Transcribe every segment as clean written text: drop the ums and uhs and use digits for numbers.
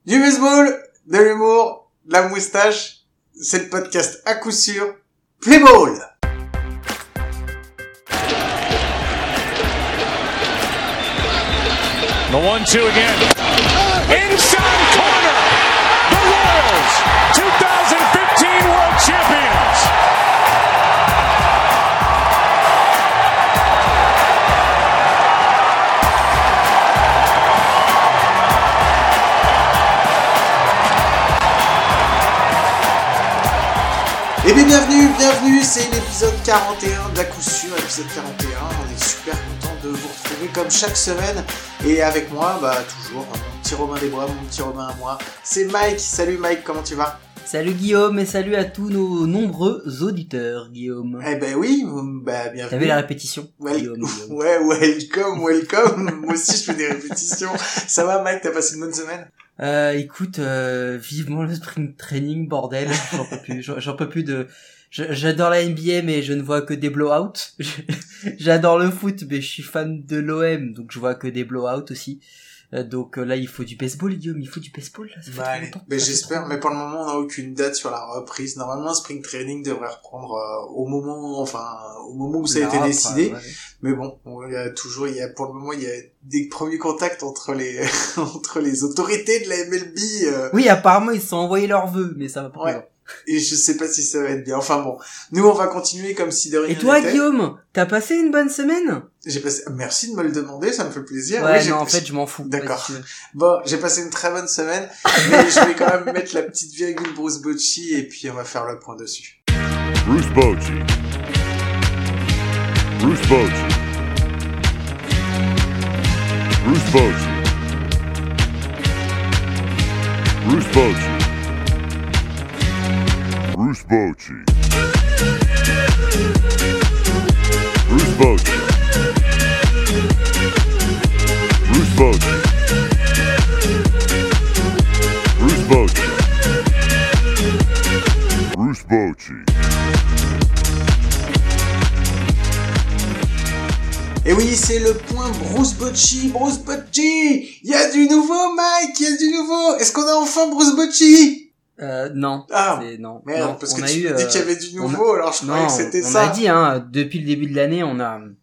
Du baseball, de l'humour, de la moustache, c'est le podcast à coup sûr, Play Ball. The 1-2 again. Inside corner. The Royals, 2015 World Champions. Eh bien bienvenue, c'est l'épisode 41 d'à coup sûr, épisode 41, on est super content de vous retrouver comme chaque semaine, et avec moi, toujours, mon petit Romain des Bois, mon petit Romain à moi, c'est Mike. Salut Mike, comment tu vas ? Salut Guillaume, et salut à tous nos nombreux auditeurs, Guillaume. Eh ben oui, bienvenue. T'avais la répétition, Guillaume. Ouais, welcome, moi aussi je fais des répétitions. Ça va Mike, t'as passé une bonne semaine ? Écoute, vivement le spring training, bordel, j'en peux plus de... J'adore la NBA, mais je ne vois que des blowouts. J'adore le foot, mais je suis fan de l'OM, donc je vois que des blowouts aussi. Donc là, il faut du baseball, Guillaume, il faut du baseball. Là, ça fait trop longtemps. Mais j'espère, mais pour le moment, on n'a aucune date sur la reprise. Normalement, spring training devrait reprendre au moment où ça a été décidé. Ouais. Mais bon, pour le moment, il y a des premiers contacts entre les autorités de la MLB. Oui, apparemment, ils se sont envoyés leurs vœux, mais ça va pas. Ouais. Et je sais pas si ça va être bien. Enfin bon, nous on va continuer comme si de rien n'était. Et toi, Guillaume, t'as passé une bonne semaine ? Merci de me le demander, ça me fait plaisir. Ouais, oui, en fait, je m'en fous. D'accord. Bon, j'ai passé une très bonne semaine, mais je vais quand même mettre la petite virgule Bruce Bochy et puis on va faire le point dessus. Bruce Bochy. Bruce Bochy. Bruce Bochy. Bruce Bochy. Bruce Bochy. Bruce Bochy. Bruce Bochy. Bruce Bochy. Bruce Bochy. Et oui, c'est le point Bruce Bochy. Bruce Bochy. Il y a du nouveau, Mike. Il y a du nouveau. Est-ce qu'on a enfin Bruce Bochy? Non. Non. Merde, parce que tu m'as dit qu'il y avait du nouveau, alors je croyais que c'était ça. On a dit, depuis le début de l'année, on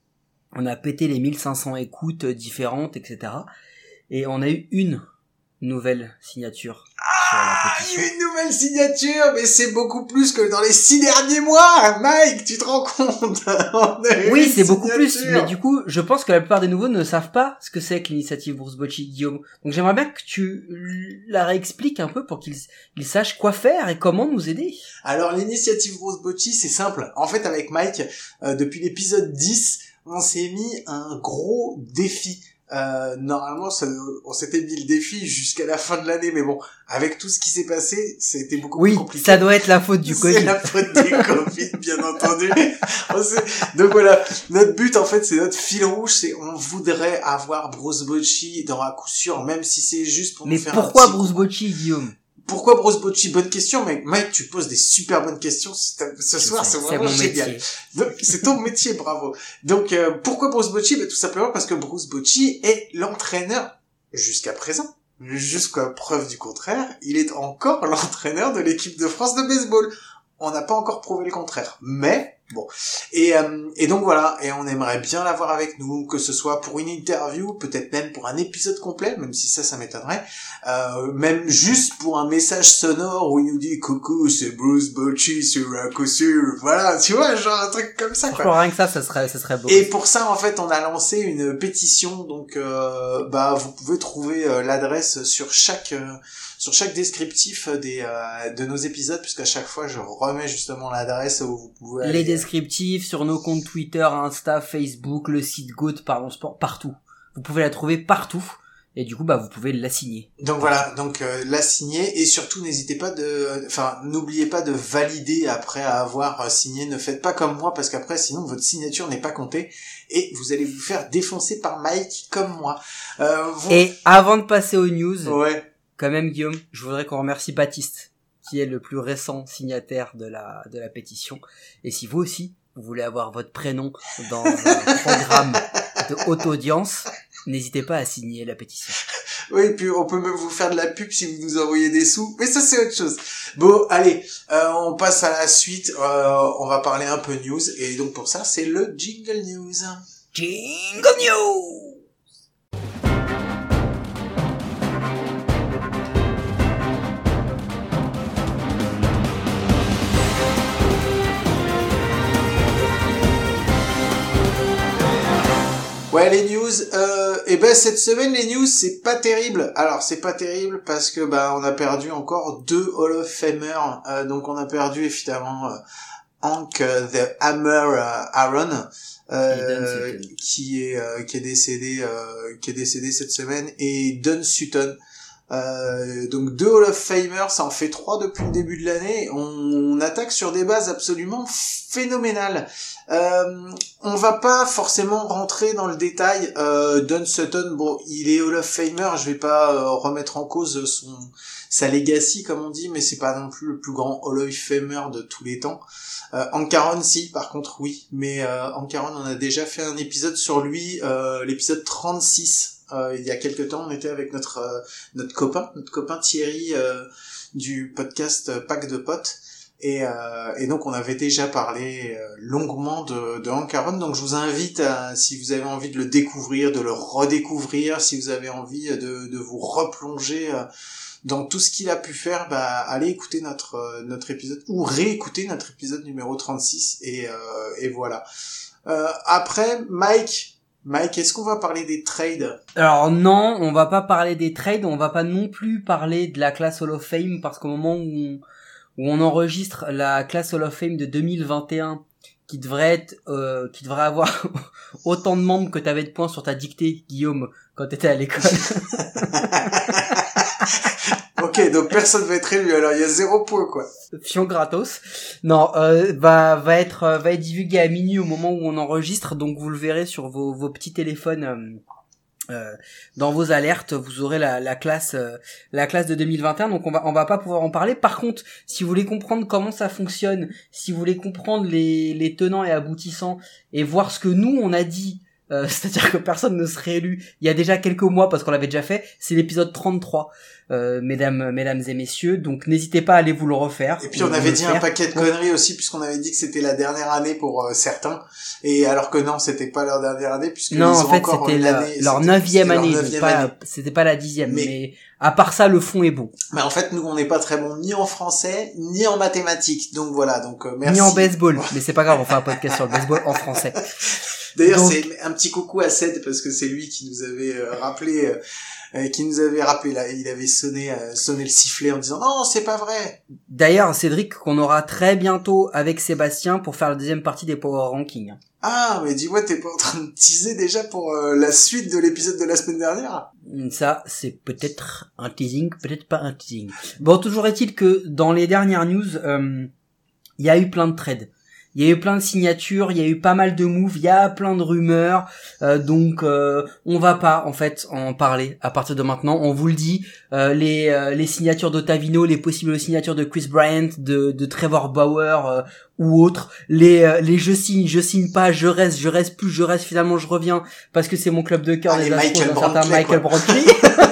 a pété les 1500 écoutes différentes, etc. Et on a eu une nouvelle signature sur la pétition. Une nouvelle signature, mais c'est beaucoup plus que dans les 6 derniers mois, Mike, tu te rends compte? Oui, c'est beaucoup plus, mais du coup, je pense que la plupart des nouveaux ne savent pas ce que c'est que l'initiative Bruce Bochy, Guillaume. Donc j'aimerais bien que tu la réexpliques un peu pour qu'ils sachent quoi faire et comment nous aider. Alors l'initiative Bruce Bochy, c'est simple. En fait, avec Mike, depuis l'épisode 10, on s'est mis un gros défi. Normalement, on s'était mis le défi jusqu'à la fin de l'année, mais bon, avec tout ce qui s'est passé, c'était beaucoup plus compliqué. Oui, ça doit être la faute du Covid. C'est la faute du Covid, bien entendu. Donc voilà, notre but, en fait, c'est notre fil rouge, c'est on voudrait avoir Bruce Bochy dans à coup sûr, même si c'est juste pour nous faire Mais pourquoi Bruce Bochy, Guillaume? Pourquoi Bruce Bochy? Bonne question, mais Mike, tu poses des super bonnes questions ce soir, c'est vraiment génial. Donc, c'est ton métier, bravo. Donc, pourquoi Bruce Bochy? Tout simplement parce que Bruce Bochy est l'entraîneur, jusqu'à présent, jusqu'à preuve du contraire, il est encore l'entraîneur de l'équipe de France de baseball. On n'a pas encore prouvé le contraire, mais bon. Et donc voilà, et on aimerait bien l'avoir avec nous, que ce soit pour une interview, peut-être même pour un épisode complet, même si ça m'étonnerait, même juste pour un message sonore où il nous dit coucou, c'est Bruce Bochy sur un coup sûr, voilà, tu vois, genre un truc comme ça, quoi. Rien que ça serait beau. Et pour ça, en fait, on a lancé une pétition, donc vous pouvez trouver l'adresse sur chaque descriptif de nos épisodes, puisqu'à chaque fois je remets justement l'adresse où vous pouvez aller. Les descriptifs sur nos comptes Twitter, Insta, Facebook, le site Goat, Parlons Sport, partout. Vous pouvez la trouver partout. Et du coup, vous pouvez la signer. Donc voilà, la signer, et surtout n'oubliez pas de valider après avoir signé. Ne faites pas comme moi, parce qu'après, sinon votre signature n'est pas comptée et vous allez vous faire défoncer par Mike comme moi. Et avant de passer aux news, ouais. Quand même, Guillaume, je voudrais qu'on remercie Baptiste, qui est le plus récent signataire de la pétition. Et si vous aussi, vous voulez avoir votre prénom dans un programme de haute audience, n'hésitez pas à signer la pétition. Oui, puis on peut même vous faire de la pub si vous nous envoyez des sous. Mais ça, c'est autre chose. Bon, allez, on passe à la suite. On va parler un peu news. Et donc pour ça, c'est le Jingle News. Jingle News. Ouais, les news, cette semaine, les news, c'est pas terrible. Alors, c'est pas terrible parce que, on a perdu encore 2 Hall of Famers. Donc, on a perdu, évidemment, Hank the Hammer Aaron, qui est décédé cette semaine, et Don Sutton. Donc 2 Hall of Famers, ça en fait 3 depuis le début de l'année. On attaque sur des bases absolument phénoménales. On va pas forcément rentrer dans le détail. Don Sutton, bon, il est Hall of Famer, je vais pas remettre en cause sa legacy comme on dit, mais c'est pas non plus le plus grand Hall of Famer de tous les temps. Hank Aaron, si, par contre oui, mais Hank Aaron, on a déjà fait un épisode sur lui, l'épisode 36. Il y a quelque temps, on était avec notre copain Thierry du podcast Pack de Potes, et donc on avait déjà parlé longuement de Hank Aaron. Donc je vous invite si vous avez envie de le découvrir, de le redécouvrir, si vous avez envie de vous replonger dans tout ce qu'il a pu faire, allez écouter notre épisode ou réécouter notre épisode numéro 36, et voilà. Après, Mike, est-ce qu'on va parler des trades? Alors non, on va pas parler des trades, on va pas non plus parler de la classe Hall of Fame, parce qu'au moment où on enregistre la classe Hall of Fame de 2021, qui devrait avoir autant de membres que t'avais de points sur ta dictée, Guillaume, quand t'étais à l'école. Ok, donc personne va être élu, alors il y a 0 point, quoi. Fion gratos. Non, va être divulgué à minuit au moment où on enregistre, donc vous le verrez sur vos petits téléphones, dans vos alertes, vous aurez la classe de 2021, donc on va pas pouvoir en parler. Par contre, si vous voulez comprendre comment ça fonctionne, si vous voulez comprendre les tenants et aboutissants, et voir ce que nous on a dit, c'est-à-dire que personne ne serait élu il y a déjà quelques mois parce qu'on l'avait déjà fait, c'est l'épisode 33, mesdames et messieurs, donc n'hésitez pas à aller vous le refaire. Et puis on avait dit un paquet de conneries aussi, puisqu'on avait dit que c'était la dernière année pour certains, et alors que non, c'était pas leur dernière année, puisque non, ils ont en fait encore c'était leur 9e année, c'était pas la 10e, mais à part ça le fond est bon. Mais en fait nous on n'est pas très bons ni en français ni en mathématiques, donc voilà, donc merci. Ni en baseball, mais c'est pas grave, on fait un podcast sur le baseball en français. D'ailleurs, c'est un petit coucou à Ced, parce que c'est lui qui nous avait rappelé là, il avait sonné le sifflet en disant non, c'est pas vrai. D'ailleurs, Cédric, qu'on aura très bientôt avec Sébastien pour faire la deuxième partie des Power Rankings. Ah, mais dis-moi, t'es pas en train de teaser déjà pour la suite de l'épisode de la semaine dernière? Ça, c'est peut-être un teasing, peut-être pas un teasing. Bon, toujours est-il que dans les dernières news, il y a eu plein de trades. Il y a eu plein de signatures, il y a eu pas mal de moves, il y a plein de rumeurs, donc on va pas en fait en parler à partir de maintenant. On vous le dit, les signatures d'Ottavino, les possibles signatures de Chris Bryant, de Trevor Bauer ou autres, les je signe pas, je reste plus, je reste, finalement je reviens parce que c'est mon club de cœur, les Michael Brantley, Michael Brantley.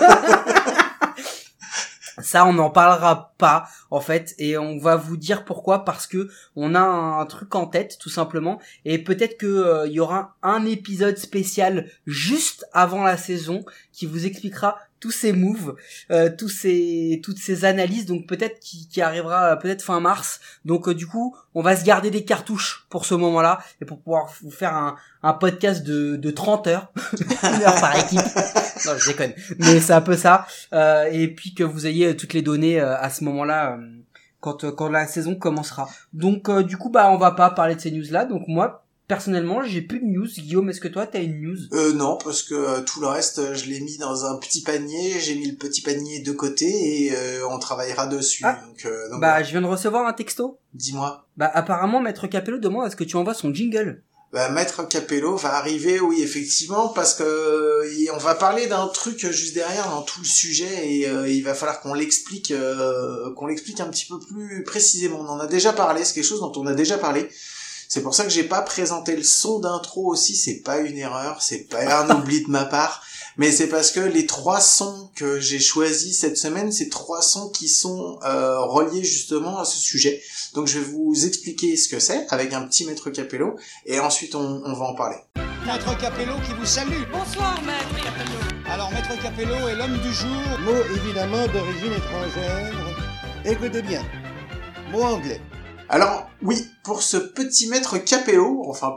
Ça, on n'en parlera pas, en fait, et on va vous dire pourquoi, parce que on a un truc en tête, tout simplement, et peut-être que y aura un épisode spécial juste avant la saison qui vous expliquera tous ces moves, toutes ces analyses, donc peut-être qui arrivera peut-être fin mars. Donc du coup, on va se garder des cartouches pour ce moment-là et pour pouvoir vous faire un podcast de 30 heures, 1 heure par équipe. Non, je déconne, mais c'est un peu ça. Et puis que vous ayez toutes les données à ce moment-là, quand la saison commencera. Donc du coup, on va pas parler de ces news-là. Donc moi, personnellement, j'ai plus de news. Guillaume, est-ce que toi, t'as une news? Non, parce que tout le reste, je l'ai mis dans un petit panier. J'ai mis le petit panier de côté et on travaillera dessus. Ah. Donc voilà. Je viens de recevoir un texto. Dis-moi. Apparemment, Maître Capello demande à ce que tu envoies son jingle. Maître Capello va arriver, oui, effectivement, parce que on va parler d'un truc juste derrière dans tout le sujet et il va falloir qu'on l'explique un petit peu plus précisément. On en a déjà parlé, c'est quelque chose dont on a déjà parlé. C'est pour ça que j'ai pas présenté le son d'intro aussi, c'est pas une erreur, c'est pas un oubli de ma part, mais c'est parce que les 3 sons que j'ai choisis cette semaine, c'est 3 sons qui sont reliés justement à ce sujet. Donc je vais vous expliquer ce que c'est avec un petit Maître Capello et ensuite on va en parler. Maître Capello qui vous salue. Bonsoir, Maître Capello. Alors, Maître Capello est l'homme du jour. Mot évidemment d'origine étrangère. Écoutez bien. Mot anglais. Alors, oui, pour ce petit Maître Capello,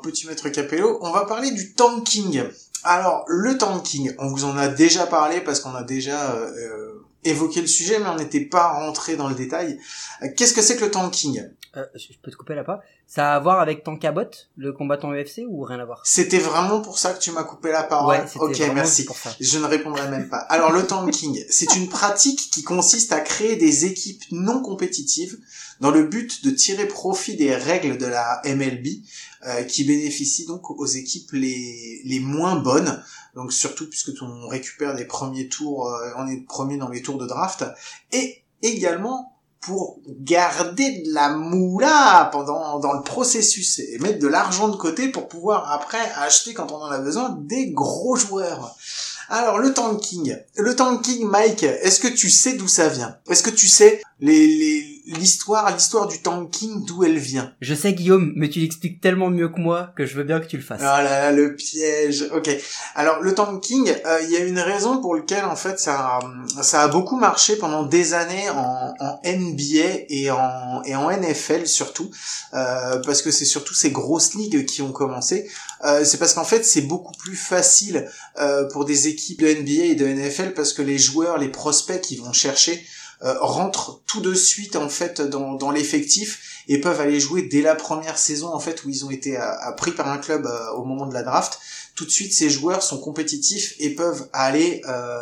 on va parler du tanking. Alors, le tanking, on vous en a déjà parlé parce qu'on a déjà évoqué le sujet, mais on n'était pas rentré dans le détail. Qu'est-ce que c'est que le tanking ? Je peux te couper là pas. Ça a à voir avec Tankabot, le combattant UFC, ou rien à voir? C'était vraiment pour ça que tu m'as coupé la parole. Ouais, ok, merci. Pour ça. Je ne répondrai même pas. Alors, le tanking, c'est une pratique qui consiste à créer des équipes non compétitives dans le but de tirer profit des règles de la MLB, qui bénéficient donc aux équipes les moins bonnes. Donc, surtout puisque on récupère des premiers tours, on est premier dans les tours de draft. Et également, pour garder de la moula dans le processus et mettre de l'argent de côté pour pouvoir après acheter quand on en a besoin des gros joueurs. Alors le tanking, Mike, est-ce que tu sais d'où ça vient? Est-ce que tu sais l'histoire du tanking, d'où elle vient? Je sais, Guillaume, mais tu l'expliques tellement mieux que moi que je veux bien que tu le fasses. Ah là là, le piège. Ok. Alors le tanking, il y a une raison pour laquelle en fait ça a beaucoup marché pendant des années en NBA et en NFL surtout, parce que c'est surtout ces grosses ligues qui ont commencé. C'est parce qu'en fait c'est beaucoup plus facile pour des équipes de NBA et de NFL parce que les joueurs, les prospects qui vont chercher rentrent tout de suite en fait dans l'effectif et peuvent aller jouer dès la première saison en fait où ils ont été pris par un club au moment de la draft. Tout de suite ces joueurs sont compétitifs et peuvent aller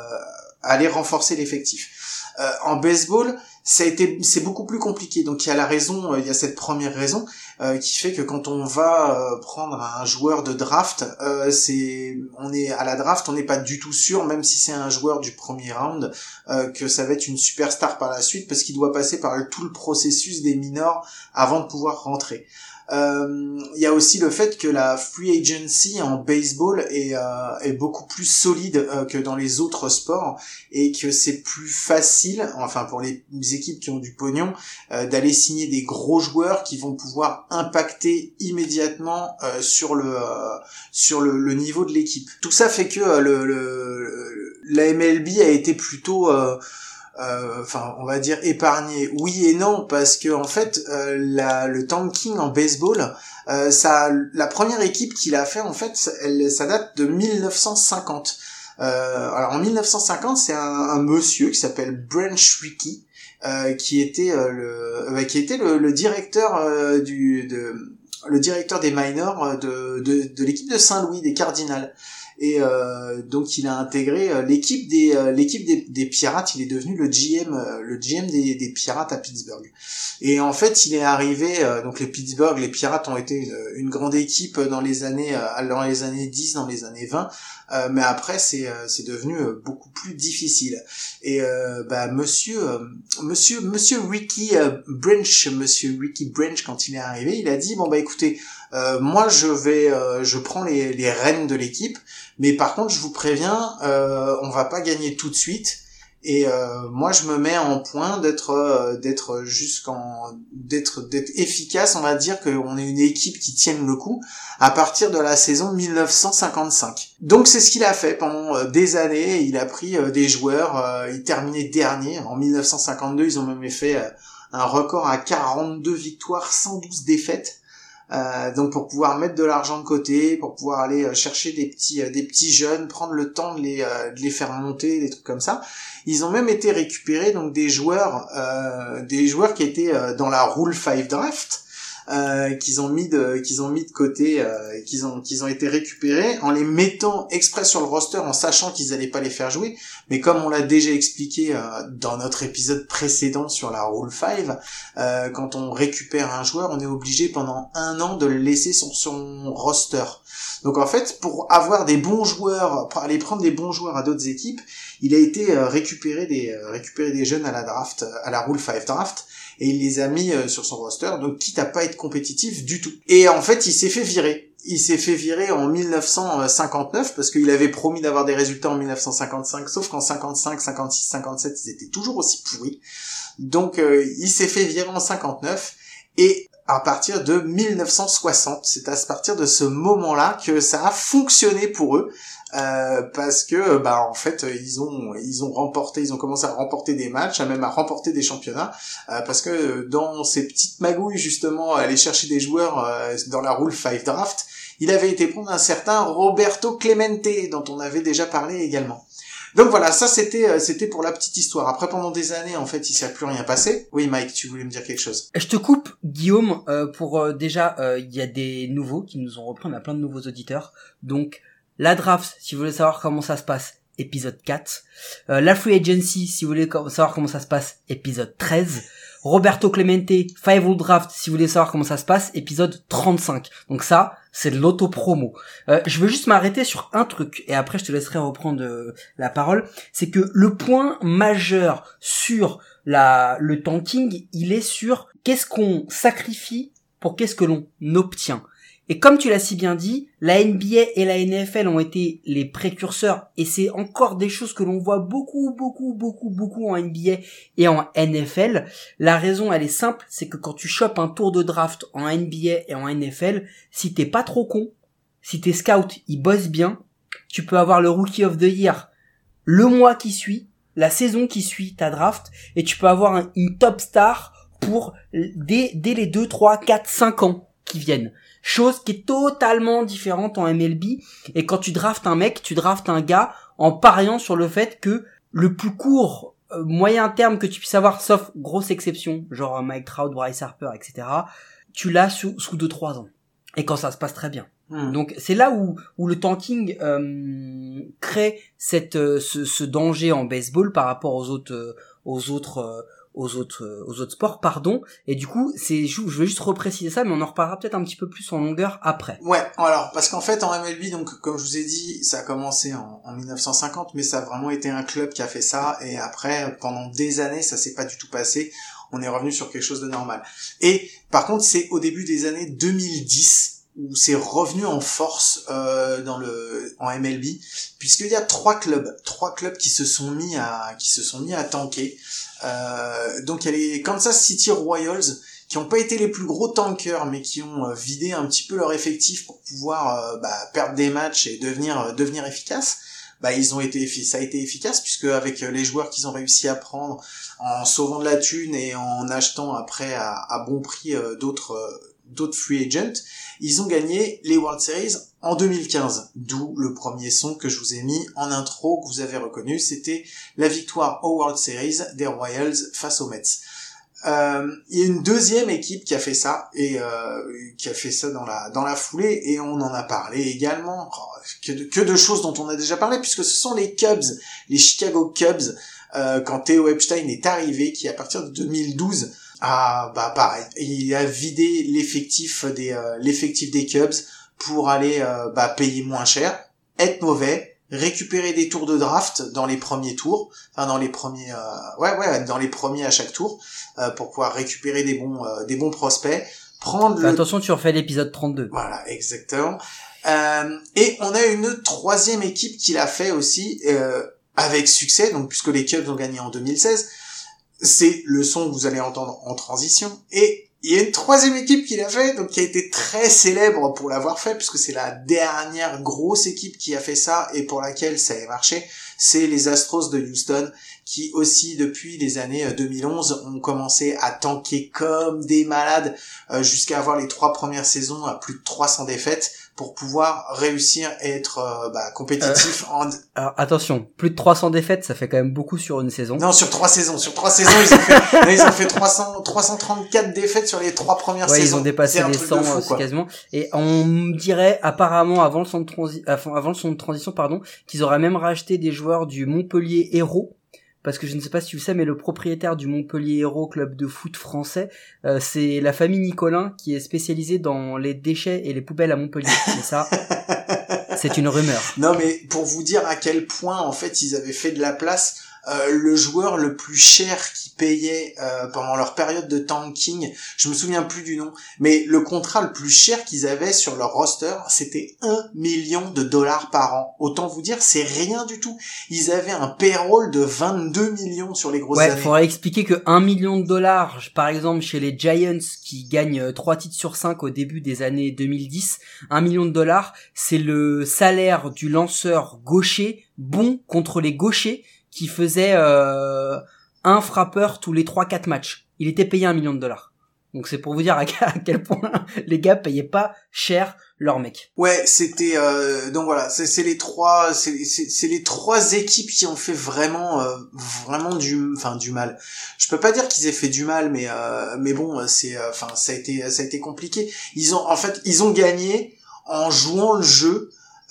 renforcer l'effectif. En baseball, c'est beaucoup plus compliqué. Donc il y a cette première raison qui fait que quand on va prendre un joueur de draft, on est à la draft, on n'est pas du tout sûr, même si c'est un joueur du premier round, que ça va être une superstar par la suite parce qu'il doit passer par tout le processus des minors avant de pouvoir rentrer. Il y a aussi le fait que la free agency en baseball est beaucoup plus solide que dans les autres sports et que c'est plus facile, enfin pour les équipes qui ont du pognon, d'aller signer des gros joueurs qui vont pouvoir impacter immédiatement sur le niveau de l'équipe. Tout ça fait que la MLB a été plutôt on va dire épargné. Oui et non, parce que en fait, le tanking en baseball, la première équipe qui l'a fait, en fait, ça date de 1950. Alors en 1950, c'est un monsieur qui s'appelle Branch Rickey, qui était le directeur le directeur des minors de l'équipe de Saint-Louis, des Cardinals. Et donc il a intégré l'équipe des Pirates. Il est devenu le GM des Pirates à Pittsburgh. Et en fait il est arrivé, donc les Pirates ont été une grande équipe dans les années 10, dans les années 20, mais après c'est devenu beaucoup plus difficile. Et monsieur Rickey Branch, quand il est arrivé, il a dit écoutez, moi je prends les rênes de l'équipe, mais par contre je vous préviens, on va pas gagner tout de suite, et moi je me mets en point d'être efficace, on va dire qu'on est une équipe qui tienne le coup à partir de la saison 1955. Donc c'est ce qu'il a fait pendant des années. Il a pris des joueurs, il terminait dernier en 1952, ils ont même fait un record à 42 victoires, 112 défaites. Donc pour pouvoir mettre de l'argent de côté, pour pouvoir aller chercher des petits jeunes, prendre le temps de les faire monter, des trucs comme ça. Ils ont même été récupérés, donc des joueurs qui étaient dans la Rule 5 Draft, qu'ils ont mis de côté, qu'ils ont été récupérés en les mettant exprès sur le roster en sachant qu'ils allaient pas les faire jouer. Mais comme on l'a déjà expliqué dans notre épisode précédent sur la Rule 5, quand on récupère un joueur, on est obligé pendant 1 an de le laisser sur son roster. Donc en fait, pour avoir des bons joueurs, pour aller prendre des bons joueurs à d'autres équipes, il a été récupérer des jeunes à la draft, à la Rule 5 draft, et il les a mis sur son roster, donc quitte à pas être compétitif du tout. Et en fait, il s'est fait virer. Il s'est fait virer en 1959 parce qu'il avait promis d'avoir des résultats en 1955, sauf qu'en 55, 56, 57, ils étaient toujours aussi pourris. Donc il s'est fait virer en 59 et à partir de 1960, c'est à partir de ce moment-là que ça a fonctionné pour eux. Parce que en fait ils ont commencé à remporter des matchs, même à remporter des championnats, parce que dans ces petites magouilles justement aller chercher des joueurs dans la Rule 5 draft, il avait été prendre un certain Roberto Clemente dont on avait déjà parlé également. Donc voilà, ça c'était pour la petite histoire. Après pendant des années en fait il s'est plus rien passé. Oui Mike, tu voulais me dire quelque chose? Je te coupe Guillaume pour déjà il y a des nouveaux qui nous ont repris, on a plein de nouveaux auditeurs. Donc la draft, si vous voulez savoir comment ça se passe, épisode 4. La free agency, si vous voulez savoir comment ça se passe, épisode 13. Roberto Clemente, 5 Rule Draft, si vous voulez savoir comment ça se passe, épisode 35. Donc ça, c'est de l'auto-promo. Je veux juste m'arrêter sur un truc, et après je te laisserai reprendre la parole. C'est que le point majeur sur le tanking, il est sur qu'est-ce qu'on sacrifie pour qu'est-ce que l'on obtient. Et comme tu l'as si bien dit, la NBA et la NFL ont été les précurseurs, et c'est encore des choses que l'on voit beaucoup en NBA et en NFL. La raison, elle est simple, c'est que quand tu chopes un tour de draft en NBA et en NFL, si t'es pas trop con, si tes scouts, ils bossent bien, tu peux avoir le Rookie of the Year le mois qui suit, la saison qui suit ta draft, et tu peux avoir une top star pour dès les 2, 3, 4, 5 ans qui viennent. Chose qui est totalement différente en MLB. Et quand tu draftes un mec, tu draftes un gars en pariant sur le fait que le plus court moyen terme que tu puisses avoir, sauf grosse exception, genre Mike Trout, Bryce Harper, etc., tu l'as sous 2-3 ans. Et quand ça se passe très bien. Donc c'est là où le tanking crée ce danger en baseball par rapport aux autres sports, pardon. Et du coup, je vais juste repréciser ça, mais on en reparlera peut-être un petit peu plus en longueur après. Ouais, alors, parce qu'en fait, en MLB, donc, comme je vous ai dit, ça a commencé en 1950, mais ça a vraiment été un club qui a fait ça, et après, pendant des années, ça s'est pas du tout passé. On est revenu sur quelque chose de normal. Et, par contre, c'est au début des années 2010, où c'est revenu en force, en MLB, puisqu'il y a trois clubs qui se sont mis à tanker. Donc il y a les Kansas City Royals qui ont pas été les plus gros tankers mais qui ont vidé un petit peu leur effectif pour pouvoir perdre des matchs et devenir efficaces. Ça a été efficace puisque avec les joueurs qu'ils ont réussi à prendre en sauvant de la thune et en achetant après à bon prix d'autres free agents, ils ont gagné les World Series en 2015, d'où le premier son que je vous ai mis en intro, que vous avez reconnu, c'était la victoire aux World Series des Royals face aux Mets. Il y a une deuxième équipe qui a fait ça, et qui a fait ça dans la foulée, et on en a parlé également, que de choses dont on a déjà parlé, puisque ce sont les Cubs, les Chicago Cubs, quand Theo Epstein est arrivé, qui à partir de 2012 pareil, il a vidé l'effectif des Cubs pour aller payer moins cher, être mauvais, récupérer des tours de draft dans les premiers tours, enfin dans les premiers dans les premiers à chaque tour, pour pouvoir récupérer des bons prospects, attention, tu refais l'épisode 32. Voilà, exactement. Et on a une troisième équipe qui l'a fait aussi avec succès, donc puisque les Cubs ont gagné en 2016. C'est le son que vous allez entendre en transition. Et il y a une troisième équipe qui l'a fait, donc qui a été très célèbre pour l'avoir fait, puisque c'est la dernière grosse équipe qui a fait ça et pour laquelle ça a marché. C'est les Astros de Houston, qui aussi depuis les années 2011 ont commencé à tanker comme des malades, jusqu'à avoir les 3 premières saisons à plus de 300 défaites, pour pouvoir réussir à être compétitif Alors attention, plus de 300 défaites, ça fait quand même beaucoup sur une saison. Non, sur 3 saisons, ils ont fait 334 défaites sur les 3 premières saisons. Ils ont dépassé les 100 quasiment. Et on dirait apparemment avant le son de transition, qu'ils auraient même racheté des joueurs du Montpellier Hérault. Parce que je ne sais pas si tu sais, mais le propriétaire du Montpellier Hérault, club de foot français, c'est la famille Nicolin qui est spécialisée dans les déchets et les poubelles à Montpellier. Et ça, C'est une rumeur. Non, mais pour vous dire à quel point, en fait, ils avaient fait de la place, le joueur le plus cher qui payait pendant leur période de tanking, je me souviens plus du nom, mais le contrat le plus cher qu'ils avaient sur leur roster, c'était $1 million par an. Autant vous dire, c'est rien du tout. Ils avaient un payroll de 22 millions sur les grosses années. Ouais, faudrait expliquer que $1 million, par exemple, chez les Giants, qui gagnent 3 titres sur 5 au début des années 2010, $1 million, c'est le salaire du lanceur gaucher bon contre les gauchers qui faisait un frappeur tous les 3-4 matchs. Il était payé $1 million. Donc c'est pour vous dire à quel point les gars payaient pas cher leurs mecs. Ouais, c'était donc voilà, c'est les trois équipes qui ont fait vraiment du mal. Je peux pas dire qu'ils aient fait du mal, mais bon, ça a été compliqué. Ils ont gagné en jouant le jeu.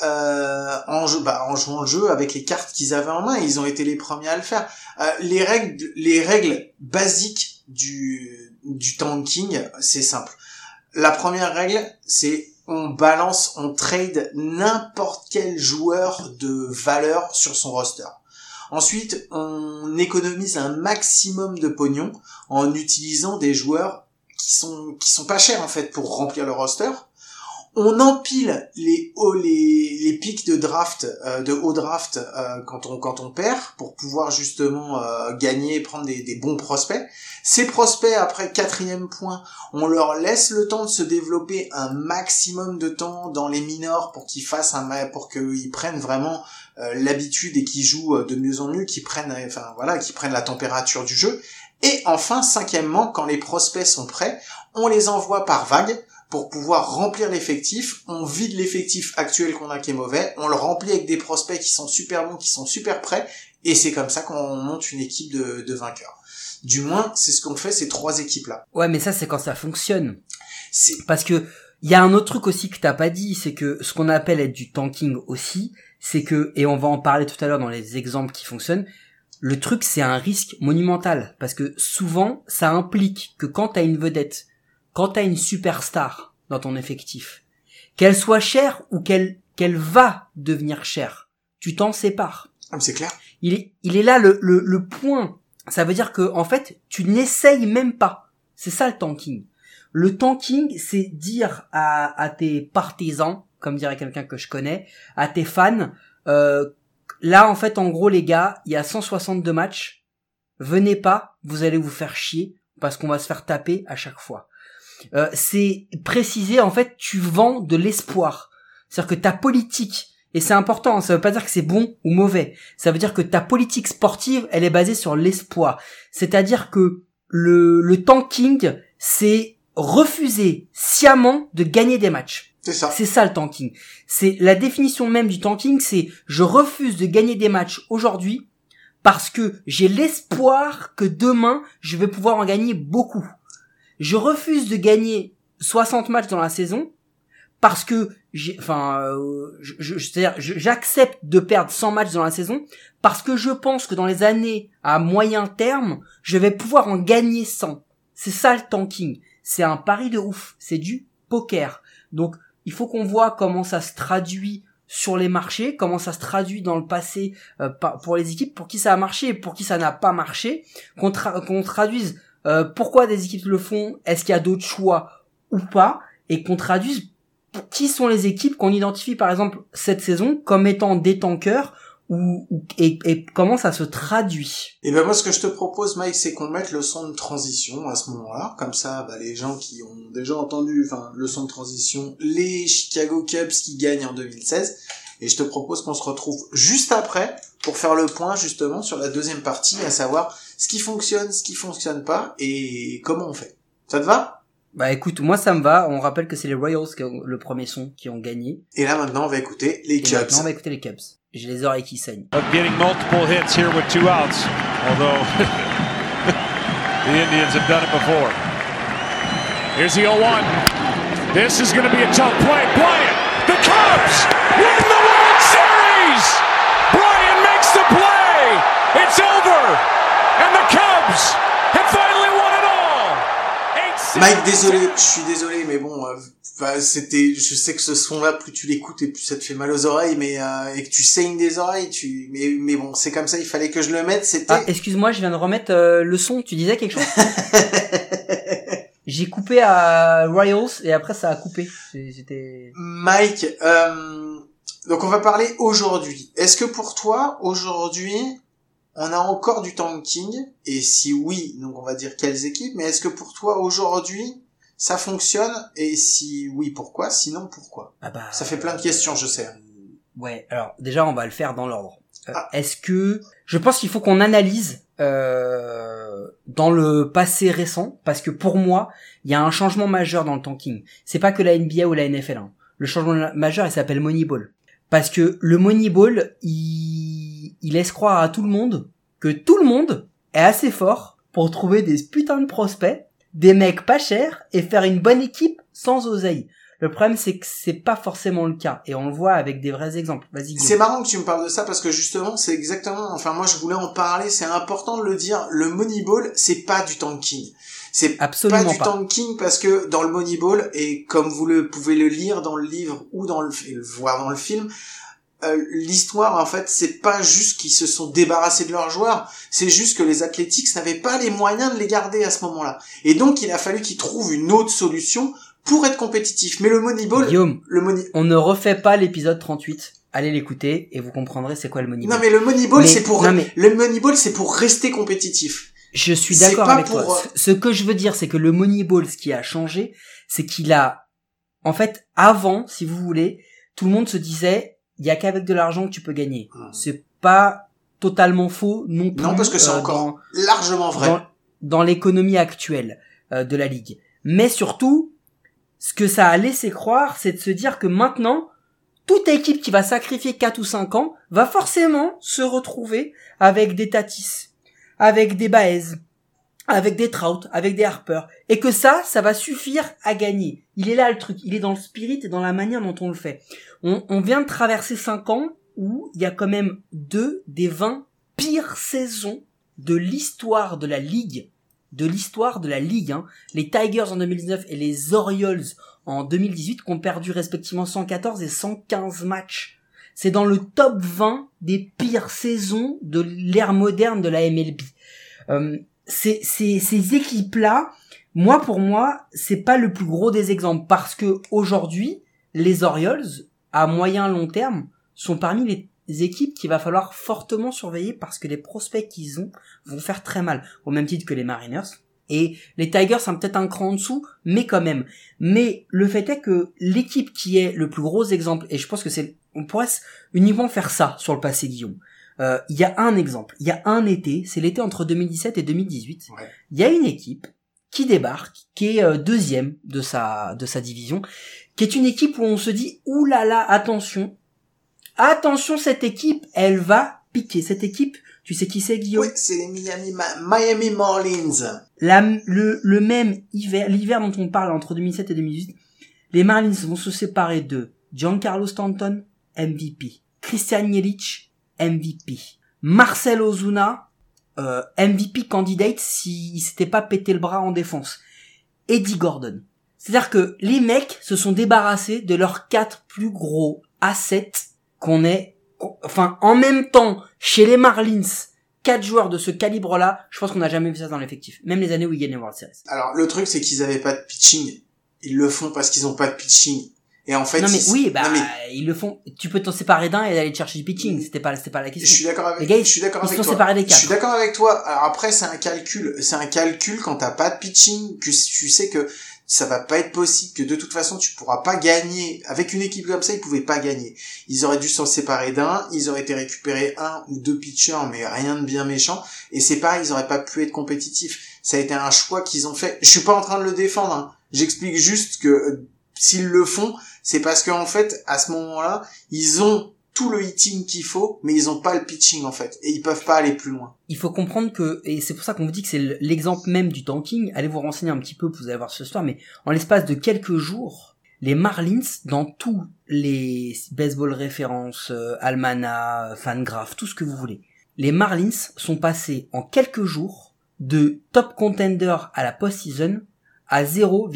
En jouant le jeu avec les cartes qu'ils avaient en main, ils ont été les premiers à le faire. Les règles basiques du tanking, c'est simple. La première règle, c'est on trade n'importe quel joueur de valeur sur son roster. Ensuite, on économise un maximum de pognon en utilisant des joueurs qui sont pas chers en fait pour remplir le roster. On empile les pics de draft, de haut draft, quand on perd, pour pouvoir justement gagner et prendre des bons prospects. Ces prospects, après 4e point, on leur laisse le temps de se développer un maximum de temps dans les minors pour qu'ils prennent vraiment l'habitude et qu'ils jouent de mieux en mieux, qu'ils prennent la température du jeu. Et enfin, 5e, quand les prospects sont prêts, on les envoie par vague pour pouvoir remplir l'effectif. On vide l'effectif actuel qu'on a qui est mauvais, on le remplit avec des prospects qui sont super bons, qui sont super prêts, et c'est comme ça qu'on monte une équipe de vainqueurs. Du moins, c'est ce qu'ont fait ces 3 équipes-là. Ouais, mais ça, c'est quand ça fonctionne. Parce que, il y a un autre truc aussi que t'as pas dit, c'est que ce qu'on appelle être du tanking aussi, c'est que, et on va en parler tout à l'heure dans les exemples qui fonctionnent, le truc, c'est un risque monumental. Parce que souvent, ça implique que quand t'as une vedette, quand t'as une superstar dans ton effectif, qu'elle soit chère ou qu'elle va devenir chère, tu t'en sépares. Ah, mais c'est clair. Il est là le point. Ça veut dire que, en fait, tu n'essayes même pas. C'est ça le tanking. Le tanking, c'est dire à tes partisans, comme dirait quelqu'un que je connais, à tes fans, là, en fait, en gros, les gars, il y a 162 matchs. Venez pas, vous allez vous faire chier, parce qu'on va se faire taper à chaque fois. C'est préciser, en fait, tu vends de l'espoir. C'est-à-dire que ta politique, et c'est important, ça veut pas dire que c'est bon ou mauvais, ça veut dire que ta politique sportive, elle est basée sur l'espoir. C'est-à-dire que le tanking, c'est refuser sciemment de gagner des matchs. C'est ça. C'est ça le tanking. C'est la définition même du tanking, c'est je refuse de gagner des matchs aujourd'hui parce que j'ai l'espoir que demain, je vais pouvoir en gagner beaucoup. Je refuse de gagner 60 matchs dans la saison parce que j'accepte de perdre 100 matchs dans la saison parce que je pense que dans les années à moyen terme, je vais pouvoir en gagner 100. C'est ça le tanking. C'est un pari de ouf. C'est du poker. Donc, il faut qu'on voit comment ça se traduit sur les marchés, comment ça se traduit dans le passé pour les équipes, pour qui ça a marché et pour qui ça n'a pas marché, qu'on traduise pourquoi des équipes le font, est-ce qu'il y a d'autres choix ou pas, et qu'on traduise qui sont les équipes qu'on identifie par exemple cette saison comme étant des tankers et comment ça se traduit. Et ben moi ce que je te propose Mike, c'est qu'on mette le son de transition à ce moment-là, comme ça les gens qui ont déjà entendu le son de transition, les Chicago Cubs qui gagnent en 2016, et je te propose qu'on se retrouve juste après pour faire le point justement sur la deuxième partie, à savoir ce qui fonctionne pas et comment on fait. Ça te va? Bah écoute, moi ça me va. On rappelle que c'est les Royals qui ont le premier son qui ont gagné. Et là maintenant on va écouter les Cubs. J'ai les oreilles qui saignent. Getting multiple hits here with 2 outs, although the Indians have done it before. Here's the 0-1. This is going to be a tough play. Bryant, the Cubs win the World Series. Bryant makes the play. It's over, and the Cubs have finally won it all. Mike, désolé, je suis désolé, mais bon, je sais que ce son-là, plus tu l'écoutes et plus ça te fait mal aux oreilles, mais et que tu saignes des oreilles, mais bon, c'est comme ça, il fallait que je le mette, c'était... Ah, excuse-moi, je viens de remettre le son, tu disais quelque chose? J'ai coupé à Royals et après ça a coupé. J'étais... Mike, donc on va parler aujourd'hui. Est-ce que pour toi, aujourd'hui, on a encore du tanking? Et si oui, donc on va dire quelles équipes, mais est-ce que pour toi, aujourd'hui, ça fonctionne? Et si oui, pourquoi? Sinon, pourquoi? Ça fait plein de questions, je sais. Ouais, alors déjà, on va le faire dans l'ordre. Est-ce que... Je pense qu'il faut qu'on analyse dans le passé récent, parce que pour moi, il y a un changement majeur dans le tanking. C'est pas que la NBA ou la NFL. Hein. Le changement majeur, il s'appelle Moneyball. Parce que le Moneyball, il laisse croire à tout le monde que tout le monde est assez fort pour trouver des putains de prospects, des mecs pas chers et faire une bonne équipe sans oseille. Le problème, c'est que c'est pas forcément le cas. Et on le voit avec des vrais exemples. Vas-y, Guillaume. C'est marrant que tu me parles de ça parce que justement, c'est exactement, enfin, moi, je voulais en parler. C'est important de le dire. Le Moneyball, c'est pas du tanking. C'est absolument pas du tanking parce que dans le Moneyball, et comme vous pouvez le lire dans le livre ou le voir dans le film, l'histoire, en fait, c'est pas juste qu'ils se sont débarrassés de leurs joueurs, c'est juste que les Athletics n'avaient pas les moyens de les garder à ce moment-là. Et donc, il a fallu qu'ils trouvent une autre solution pour être compétitif. Mais le Moneyball... Guillaume, on ne refait pas l'épisode 38. Allez l'écouter et vous comprendrez c'est quoi le Moneyball. Non, mais le Moneyball, le Moneyball, c'est pour rester compétitif. Je suis d'accord avec toi. Ce que je veux dire, c'est que le Moneyball, ce qui a changé, c'est qu'il a... En fait, avant, si vous voulez, tout le monde se disait, il y a qu'avec de l'argent que tu peux gagner. C'est pas totalement faux non plus. Non, parce que c'est encore largement vrai. Dans l'économie actuelle de la Ligue. Mais surtout... Ce que ça a laissé croire, c'est de se dire que maintenant, toute équipe qui va sacrifier 4 ou 5 ans va forcément se retrouver avec des Tatis, avec des Baez, avec des Trout, avec des Harper. Et que ça va suffire à gagner. Il est là le truc, il est dans le spirit et dans la manière dont on le fait. On vient de traverser 5 ans où il y a quand même 2 des 20 pires saisons de l'histoire de la Ligue. Hein. Les Tigers en 2019 et les Orioles en 2018 qui ont perdu respectivement 114 et 115 matchs. C'est dans le top 20 des pires saisons de l'ère moderne de la MLB. Ces équipes-là, pour moi, c'est pas le plus gros des exemples parce que aujourd'hui, les Orioles, à moyen long terme, sont parmi les équipes qu'il va falloir fortement surveiller parce que les prospects qu'ils ont vont faire très mal, au même titre que les Mariners. Et les Tigers sont peut-être un cran en dessous, mais quand même. Mais le fait est que l'équipe qui est le plus gros exemple, et je pense que on pourrait uniquement faire ça sur le passé, Guillaume. Il y a un exemple, il y a un été, c'est l'été entre 2017 et 2018. Ouais. Il y a une équipe qui débarque, qui est deuxième de sa division, qui est une équipe où on se dit oulala, attention, cette équipe, elle va piquer. Cette équipe, tu sais qui c'est, Guillaume? Oui, c'est les Miami Marlins. Le même hiver, l'hiver dont on parle entre 2007 et 2018, les Marlins vont se séparer de Giancarlo Stanton, MVP, Christian Yelich, MVP, Marcell Ozuna, MVP candidate s'il s'était pas pété le bras en défense, Eddie Gordon. C'est-à-dire que les mecs se sont débarrassés de leurs 4 plus gros assets en même temps, chez les Marlins, 4 joueurs de ce calibre-là, je pense qu'on n'a jamais vu ça dans l'effectif. Même les années où ils gagnent les World Series. Alors, le truc, c'est qu'ils avaient pas de pitching. Ils le font parce qu'ils ont pas de pitching. Et en fait, ils le font. Tu peux t'en séparer d'un et aller chercher du pitching. C'était pas la question. Je suis d'accord avec, les gars, je suis d'accord avec toi. Séparés des 4. Je suis d'accord avec toi. Alors après, c'est un calcul quand t'as pas de pitching, que tu sais que ça va pas être possible, que de toute façon tu pourras pas gagner. Avec une équipe comme ça, ils pouvaient pas gagner. Ils auraient dû s'en séparer d'un, ils auraient été récupérer 1 ou 2 pitchers, mais rien de bien méchant. Et c'est pareil, ils auraient pas pu être compétitifs. Ça a été un choix qu'ils ont fait. Je suis pas en train de le défendre, hein. J'explique juste que s'ils le font, c'est parce qu'en fait, à ce moment-là, ils ont tout le hitting qu'il faut, mais ils ont pas le pitching en fait, et ils peuvent pas aller plus loin. Il faut comprendre que, et c'est pour ça qu'on vous dit que c'est l'exemple même du tanking, allez vous renseigner un petit peu, vous allez voir ce soir, mais en l'espace de quelques jours, les Marlins, dans tous les baseball références, Almanach, Fangraph, tout ce que vous voulez, les Marlins sont passés en quelques jours de top contender à la post-season à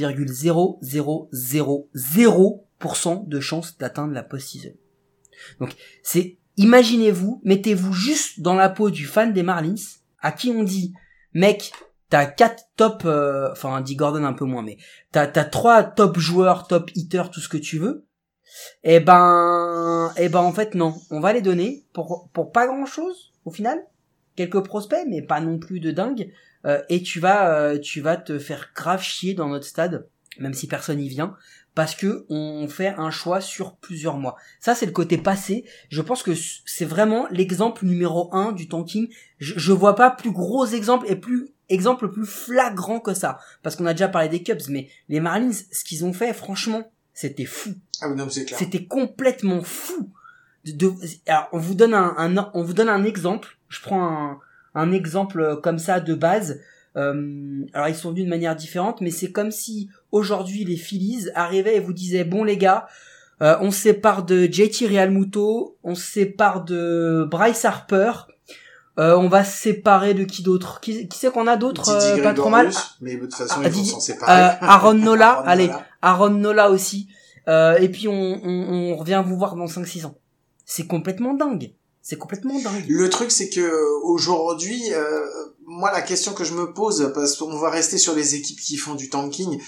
0,0000% de chance d'atteindre la post-season. Donc, imaginez-vous, mettez-vous juste dans la peau du fan des Marlins, à qui on dit, mec, t'as 4 top, enfin, dit Gordon un peu moins, mais t'as 3 top joueurs, top hitters, tout ce que tu veux. Eh ben, en fait, non. On va les donner pour pas grand chose, au final. Quelques prospects, mais pas non plus de dingue. Et tu vas te faire grave chier dans notre stade, même si personne y vient, parce que on fait un choix sur plusieurs mois. Ça, c'est le côté passé. Je pense que c'est vraiment l'exemple numéro 1 du tanking. Je vois pas plus gros exemple plus flagrant que ça. Parce qu'on a déjà parlé des Cubs, mais les Marlins, ce qu'ils ont fait, franchement, c'était fou. Ah oui, non, c'est clair. C'était complètement fou. Alors, on vous donne un exemple. Je prends un exemple comme ça de base. Alors ils sont venus de manière différente, mais c'est comme si aujourd'hui les Phillies arrivaient et vous disaient bon les gars, on se sépare de JT Realmuto, on se sépare de Bryce Harper, on va se séparer de qui d'autre, qui c'est qu'on a d'autres pas trop mal, mais de toute façon ils vont s'en séparer. Aaron Nola, Aaron Nola aussi, et puis on revient vous voir dans 5-6 ans. C'est complètement dingue. Le truc, c'est que aujourd'hui, moi, la question que je me pose, parce qu'on va rester sur les équipes qui font du tanking,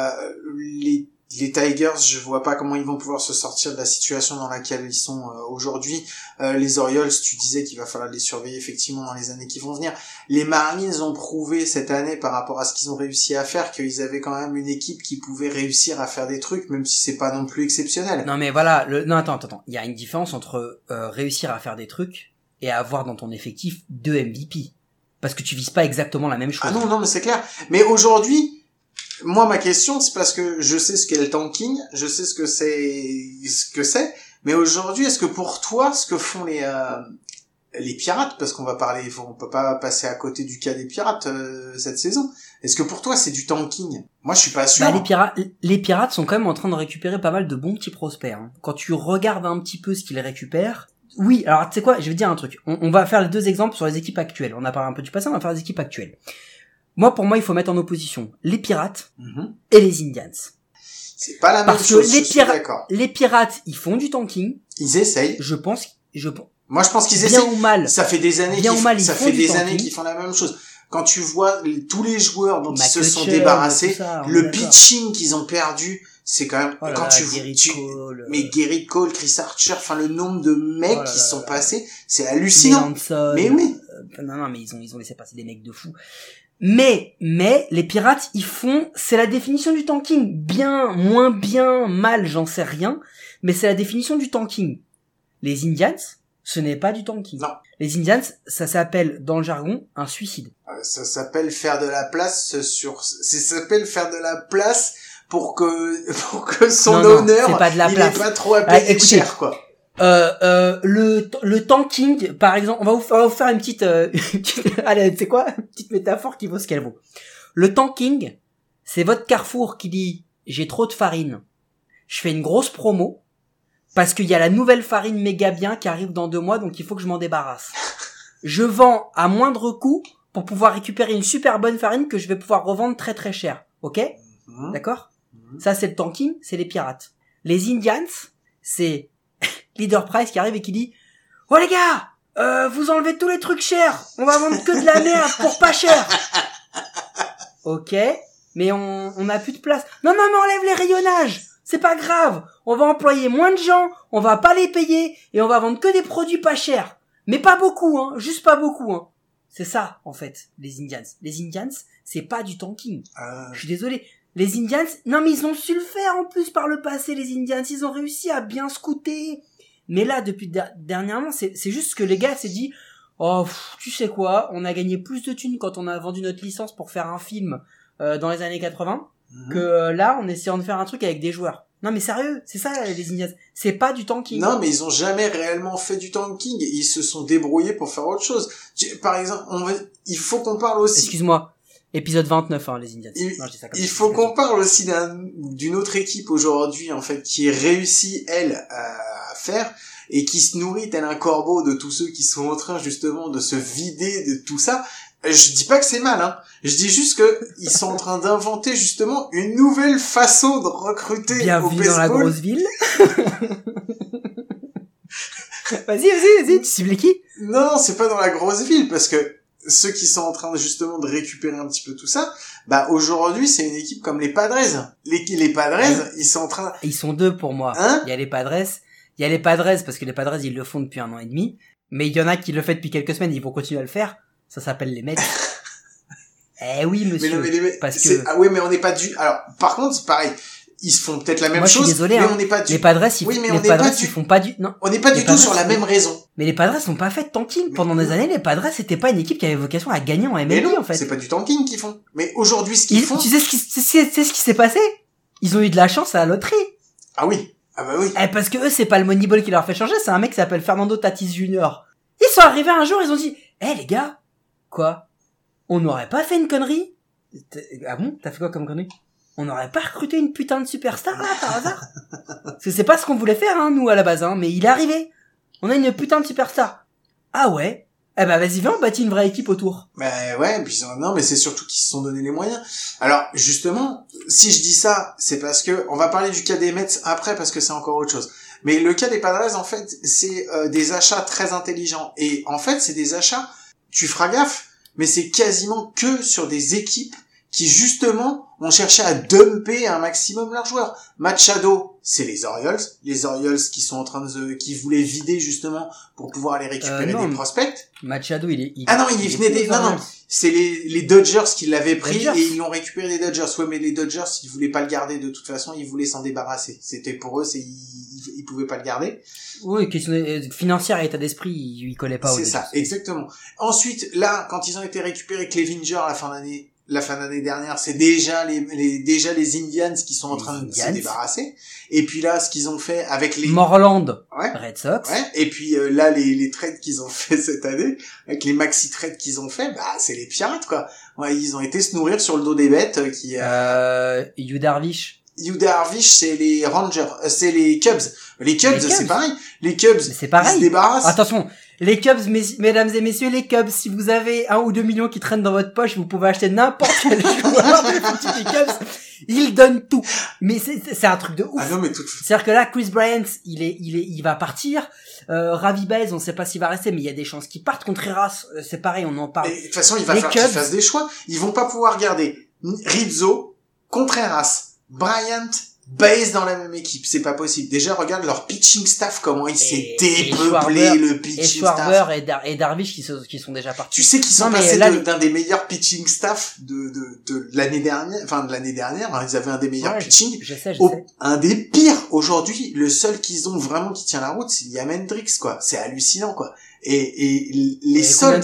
les Tigers, je vois pas comment ils vont pouvoir se sortir de la situation dans laquelle ils sont aujourd'hui. Les Orioles, tu disais qu'il va falloir les surveiller effectivement dans les années qui vont venir. Les Marlins ont prouvé cette année par rapport à ce qu'ils ont réussi à faire qu'ils avaient quand même une équipe qui pouvait réussir à faire des trucs, même si c'est pas non plus exceptionnel. Non mais voilà, non attends, il y a une différence entre réussir à faire des trucs et avoir dans ton effectif 2 MVP. Parce que tu vises pas exactement la même chose. Ah non, mais c'est clair. Mais aujourd'hui, moi, ma question, c'est parce que je sais ce qu'est le tanking, je sais ce que c'est, mais aujourd'hui, est-ce que pour toi, ce que font les Pirates, parce qu'on peut pas passer à côté du cas des Pirates cette saison, est-ce que pour toi, c'est du tanking? Moi, je suis pas sûr. Les Pirates sont quand même en train de récupérer pas mal de bons petits prospects. Hein. Quand tu regardes un petit peu ce qu'ils récupèrent, oui, alors tu sais quoi, je vais te dire un truc. On va faire les 2 exemples sur les équipes actuelles. On a parlé un peu du passé, on va faire les équipes actuelles. Pour moi, il faut mettre en opposition les Pirates et les Indians. C'est pas la même chose, je suis d'accord. Les Pirates, ils font du tanking. Ils essayent. Moi, je pense qu'ils essayent. Bien ou mal. Ça fait des années qu'ils font la même chose. Quand tu vois tous les joueurs dont ils se sont débarrassés, le pitching qu'ils ont perdu, c'est quand même, mais Gerrit Cole, Chris Archer, enfin, le nombre de mecs qui sont passés, c'est hallucinant. Mais oui. Non, mais ils ont laissé passer des mecs de fous. Mais, les Pirates, c'est la définition du tanking. Bien, moins bien, mal, j'en sais rien. Mais c'est la définition du tanking. Les Indians, ce n'est pas du tanking. Non. Les Indians, ça s'appelle, dans le jargon, un suicide. Ça s'appelle faire de la place pour que son honneur, c'est pas de la place. Il est pas trop à payer cher, quoi. Le tanking, par exemple, on va vous faire une petite, allez, c'est quoi? Une petite métaphore qui vaut ce qu'elle vaut. Le tanking, c'est votre Carrefour qui dit, j'ai trop de farine. Je fais une grosse promo, parce qu'il y a la nouvelle farine méga bien qui arrive dans 2 mois, donc il faut que je m'en débarrasse. Je vends à moindre coût pour pouvoir récupérer une super bonne farine que je vais pouvoir revendre très très cher. Ok? D'accord? Ça, c'est le tanking, c'est les Pirates. Les Indians, c'est Leader Price qui arrive et qui dit « Oh les gars, vous enlevez tous les trucs chers, on va vendre que de la merde pour pas cher !» Ok, mais on a plus de place. « Non, mais enlève les rayonnages, c'est pas grave, on va employer moins de gens, on va pas les payer et on va vendre que des produits pas chers. Mais pas beaucoup, hein, juste pas beaucoup, hein. » C'est ça, en fait, les Indians. Les Indians, c'est pas du tanking. Je suis désolé. Les Indians, non mais ils ont su le faire en plus par le passé, les Indians, ils ont réussi à bien scouter. Mais là, depuis dernièrement, c'est juste que les gars s'est dit, tu sais quoi, on a gagné plus de thunes quand on a vendu notre licence pour faire un film dans les années 80 que là, en essayant de faire un truc avec des joueurs. Non mais sérieux, c'est ça les Indians, c'est pas du tanking. Non mais ils ont jamais réellement fait du tanking, ils se sont débrouillés pour faire autre chose. Par exemple, il faut qu'on parle aussi... Excuse-moi. Épisode 29, les Indians. Il faut qu'on parle aussi d'une autre équipe aujourd'hui, en fait, qui réussit, elle, à faire, et qui se nourrit tel un corbeau de tous ceux qui sont en train, justement, de se vider de tout ça. Je dis pas que c'est mal, hein. Je dis juste que ils sont en train d'inventer justement une nouvelle façon de recruter au Bienvenue baseball. dans la grosse ville. Vas-y, tu cibles qui? Non, c'est pas dans la grosse ville, parce que ceux qui sont en train justement de récupérer un petit peu tout ça, bah aujourd'hui c'est une équipe comme les Padres. Les Padres, ils sont en train... Ils sont deux pour moi. Hein? Il y a les Padres parce que les Padres ils le font depuis 1 an et demi, mais il y en a qui le font depuis quelques semaines, ils vont continuer à le faire. Ça s'appelle les Mets. Eh oui, monsieur. Mais non, mais parce que ah oui, mais on n'est pas du... Alors, par contre, c'est pareil. Ils se font peut-être la même moi, chose, je suis désolé, mais hein. on n'est pas du... Les Padres, ils font pas du... Non. On n'est pas Les du tout Padres, sur la même raison. Mais les Padres n'ont pas fait de tanking. Pendant des années, les Padres, c'était pas une équipe qui avait vocation à gagner en MLB, Mais non, en fait. c'est pas du tanking qu'ils font. Mais aujourd'hui, ce qu'ils font... Tu sais ce qui s'est passé? Ils ont eu de la chance à la loterie. Ah oui. Ah bah oui. Parce que eux, c'est pas le Moneyball qui leur fait changer, c'est un mec qui s'appelle Fernando Tatis Jr. Ils sont arrivés un jour, ils ont dit, les gars, quoi? On n'aurait pas fait une connerie? Ah bon? T'as fait quoi comme connerie? On n'aurait pas recruté une putain de superstar, là, par hasard? Parce que c'est pas ce qu'on voulait faire, hein, nous, à la base, hein, mais il est arrivé. On a une putain de superstar. Ah ouais? Eh ben, vas-y, viens, on bâtit une vraie équipe autour. Ouais, puis non, mais c'est surtout qu'ils se sont donné les moyens. Alors, justement, si je dis ça, c'est parce que, on va parler du cas des Mets après, parce que c'est encore autre chose. Mais le cas des Padres, en fait, c'est des achats très intelligents. Et en fait, c'est des achats, tu feras gaffe, mais c'est quasiment que sur des équipes qui, justement, ont cherché à dumper un maximum leurs joueurs. Machado, c'est les Orioles qui sont en train qui voulaient vider, justement, pour pouvoir aller récupérer des prospects. Machado, il venait des... Non, c'est les Dodgers qui l'avaient pris et ils l'ont récupéré des Dodgers. Ouais, mais les Dodgers, ils voulaient pas le garder de toute façon, ils voulaient s'en débarrasser. C'était pour eux, ils pouvaient pas le garder. Oui, question financière et état d'esprit, ils collaient pas. C'est ça, exactement. Ensuite, là, quand ils ont été récupérés Clevinger à la fin d'année dernière, c'est déjà les Indians qui sont en train de se débarrasser. Et puis là, ce qu'ils ont fait avec les Moreland, Red Sox. Ouais. Et puis là, les trades qu'ils ont fait cette année, avec les maxi trades qu'ils ont fait, bah c'est les pirates quoi. Ouais, ils ont été se nourrir sur le dos des bêtes Yu Darvish, c'est les Rangers, c'est les Cubs. Les Cubs, c'est pareil. Les Cubs, c'est pareil. Ils se débarrassent. Attention, les Cubs, mesdames et messieurs, les Cubs, si vous avez 1 ou 2 millions qui traînent dans votre poche, vous pouvez acheter n'importe quel joueur de l'effectif des Cubs. Ils donnent tout. Mais c'est un truc de ouf. Ah non, mais c'est-à-dire que là, Chris Bryant, il va partir. Ravi Baez, on sait pas s'il va rester, mais il y a des chances qu'il parte. Contreras, c'est pareil, on en parle. Et de toute façon, il va falloir qu'ils fassent des choix. Ils vont pas pouvoir garder Rizzo, Contreras, Bryant, Baez dans la même équipe, c'est pas possible. Déjà, regarde leur pitching staff, comment il s'est dépeuplé, le pitching staff. Et Schwarber et Darvish qui sont déjà partis. Tu sais qu'ils sont passés d'un des meilleurs pitching staff de l'année dernière, ils avaient un des meilleurs pitching. Je sais. Un des pires. Aujourd'hui, le seul qu'ils ont vraiment qui tient la route, c'est Liam Hendricks, quoi. C'est hallucinant, quoi. Et les soldes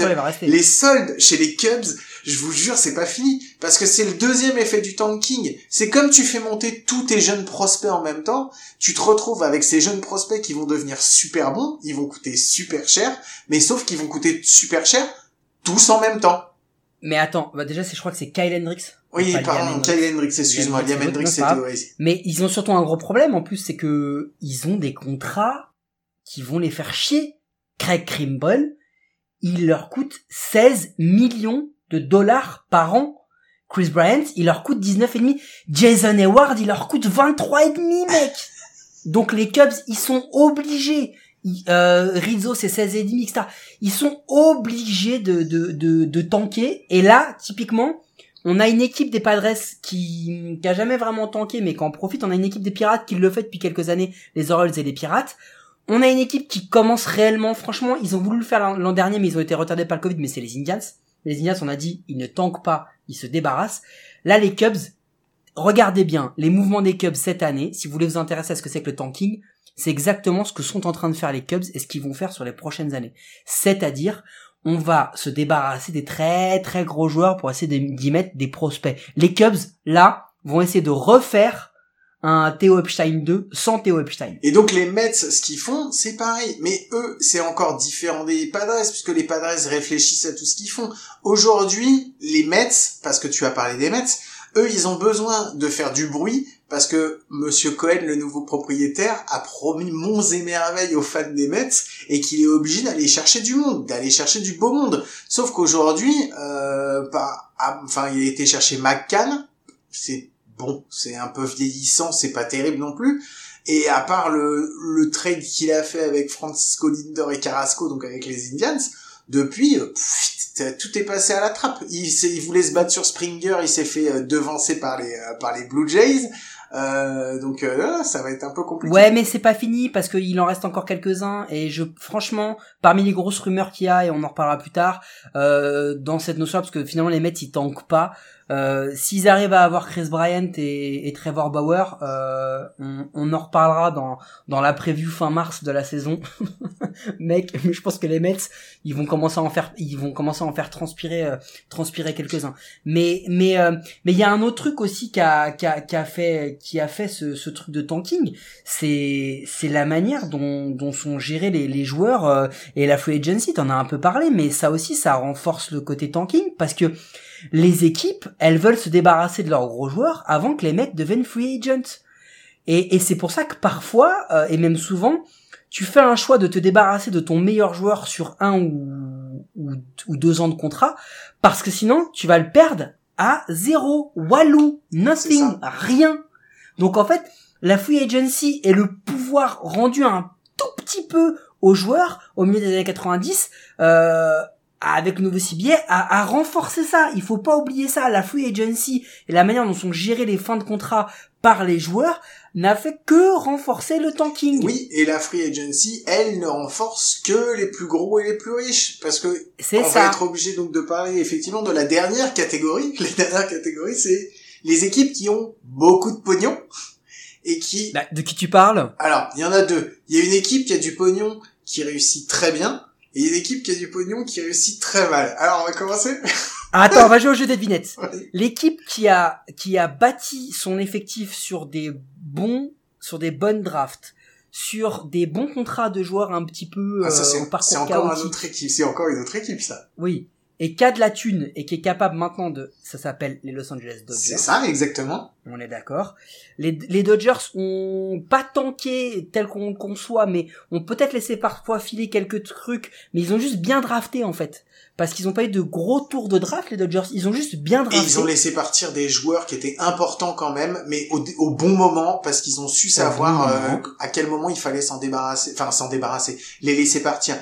chez les Cubs, je vous jure, c'est pas fini. Parce que c'est le deuxième effet du tanking. C'est comme tu fais monter tous tes jeunes prospects en même temps, tu te retrouves avec ces jeunes prospects qui vont devenir super bons, ils vont coûter super cher, mais sauf qu'ils vont coûter super cher tous en même temps. Mais attends, déjà, je crois que c'est Kyle Hendricks. Oui, pardon, Kyle Hendricks, excuse-moi, Liam Hendricks, c'était Oasis. Mais ils ont surtout un gros problème, en plus, c'est que ils ont des contrats qui vont les faire chier. Craig Kimbrel, il leur coûte 16 millions de dollars par an. Chris Bryant, il leur coûte 19,5. Jason Hayward, il leur coûte 23,5, mec. Donc les Cubs, ils sont obligés. Rizzo, c'est 16,5, etc. Ils sont obligés de tanker. Et là, typiquement, on a une équipe des Padres qui a jamais vraiment tanké, mais qui en profite. On a une équipe des Pirates qui le fait depuis quelques années, les Orioles et les Pirates. On a une équipe qui commence réellement, franchement, ils ont voulu le faire l'an dernier, mais ils ont été retardés par le Covid, mais c'est les Indians. Les Indians, on a dit, ils ne tankent pas, ils se débarrassent. Là, les Cubs, regardez bien, les mouvements des Cubs cette année, si vous voulez vous intéresser à ce que c'est que le tanking, c'est exactement ce que sont en train de faire les Cubs et ce qu'ils vont faire sur les prochaines années. C'est-à-dire, on va se débarrasser des très très gros joueurs pour essayer d'y mettre des prospects. Les Cubs, là, vont essayer de refaire un Theo Epstein 2 sans Theo Epstein. Et donc les Mets, ce qu'ils font, c'est pareil. Mais eux, c'est encore différent des Padres, puisque les Padres réfléchissent à tout ce qu'ils font. Aujourd'hui, les Mets, parce que tu as parlé des Mets, Eux, ils ont besoin de faire du bruit parce que Monsieur Cohen, le nouveau propriétaire, a promis monts et merveilles aux fans des Mets et qu'il est obligé d'aller chercher du monde, d'aller chercher du beau monde. Sauf qu'aujourd'hui, il a été chercher McCann. C'est bon, c'est un peu vieillissant, c'est pas terrible non plus. Et à part le trade qu'il a fait avec Francisco Lindor et Carrasco, donc avec les Indians, depuis, tout est passé à la trappe. Il voulait se battre sur Springer, il s'est fait devancer par les Blue Jays. Donc ça va être un peu compliqué. Ouais, mais c'est pas fini parce qu'il en reste encore quelques-uns et franchement, parmi les grosses rumeurs qu'il y a, et on en reparlera plus tard, dans cette notion, parce que finalement les Mets ils tankent pas. S'ils arrivent à avoir Chris Bryant et Trevor Bauer, on en reparlera dans la preview fin mars de la saison. Mec, je pense que les Mets, ils vont commencer à en faire transpirer quelques-uns. Mais il y a un autre truc aussi qui a fait ce truc de tanking, c'est la manière dont sont gérés les joueurs et la free agency. T'en as un peu parlé, mais ça aussi, ça renforce le côté tanking parce que les équipes, elles veulent se débarrasser de leurs gros joueurs avant que les mecs deviennent free agents. Et c'est pour ça que parfois, et même souvent, tu fais un choix de te débarrasser de ton meilleur joueur sur 1 ou 2 ans de contrat, parce que sinon, tu vas le perdre à 0, walou, nothing, rien. Donc en fait, la free agency et le pouvoir rendu un tout petit peu aux joueurs au milieu des années 90, avec le nouveau CBA, à renforcer ça. Il faut pas oublier ça. La free agency et la manière dont sont gérées les fins de contrat par les joueurs n'a fait que renforcer le tanking. Oui, et la free agency, elle ne renforce que les plus gros et les plus riches, parce que va être obligé donc de parler effectivement de la dernière catégorie. La dernière catégorie, c'est les équipes qui ont beaucoup de pognon et qui... de qui tu parles? Alors, il y en a deux. Il y a une équipe qui a du pognon qui réussit très bien, et une équipe qui a du pognon qui réussit très mal. Alors, on va commencer. Attends, on va jouer au jeu des devinettes. Ouais. L'équipe qui a bâti son effectif sur des bonnes drafts, sur des bons contrats de joueurs un petit peu au parcours c'est encore une autre équipe. C'est encore une autre équipe, ça. Oui. Et qui a de la thune et qui est capable maintenant ça s'appelle les Los Angeles Dodgers. C'est ça, exactement. On est d'accord. Les Dodgers ont pas tanké tel qu'on le conçoit, mais ont peut-être laissé parfois filer quelques trucs, mais ils ont juste bien drafté, en fait. Parce qu'ils ont pas eu de gros tours de draft, les Dodgers. Ils ont juste bien drafté. Et ils ont laissé partir des joueurs qui étaient importants quand même, mais au bon moment, parce qu'ils ont su savoir à quel moment il fallait s'en débarrasser, les laisser partir.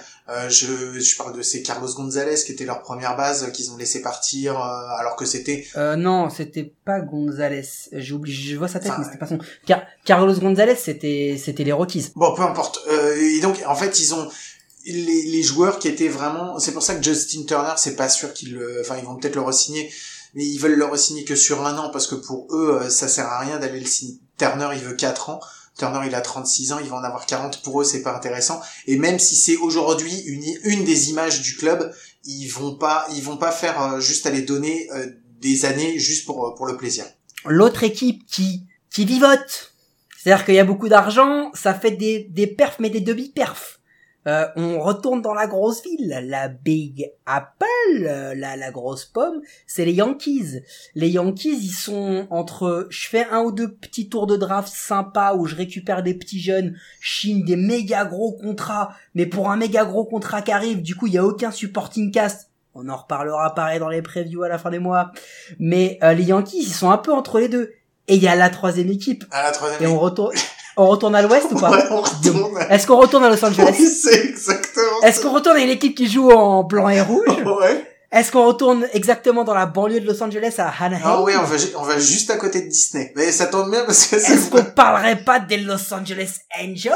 Je parle de ces Carlos Gonzalez qui était leur première base, qu'ils ont laissé partir, alors que c'était... Non, c'était pas Gonzalez. J'ai oublié, je vois sa tête, mais c'était pas son... Carlos Gonzalez, c'était les Rockies. Bon, peu importe. Et donc, en fait, ils ont... Les joueurs qui étaient vraiment... C'est pour ça que Justin Turner, c'est pas sûr ils vont peut-être le re-signer, mais ils veulent le re-signer que sur 1 an, parce que pour eux, ça sert à rien d'aller le signer. Turner, il veut 4 ans. Turner, il a 36 ans, il va en avoir 40. Pour eux, c'est pas intéressant. Et même si c'est aujourd'hui une des images du club, ils vont pas faire juste aller donner des années juste pour le plaisir. L'autre équipe qui vivote, c'est-à-dire qu'il y a beaucoup d'argent, ça fait des perfs, mais des demi-perfs. On retourne dans la grosse ville, la Big Apple, la grosse pomme, c'est les Yankees. Les Yankees, ils sont entre, je fais 1 ou 2 petits tours de draft sympas où je récupère des petits jeunes, je signe des méga gros contrats, mais pour un méga gros contrat qui arrive, du coup, il y a aucun supporting cast. On en reparlera pareil dans les previews à la fin des mois. Mais les Yankees, ils sont un peu entre les deux. Et il y a la 3e équipe. Et on retourne à l'ouest ou pas? Ouais, on retourne. Est-ce qu'on retourne à Los Angeles? Oui, c'est exactement Est-ce qu'on retourne à une équipe qui joue en blanc et rouge? Ouais. Est-ce qu'on retourne exactement dans la banlieue de Los Angeles à Anaheim? Ah oui, on va juste à côté de Disney. Mais ça tombe bien parce que Est-ce qu'on parlerait pas des Los Angeles Angels?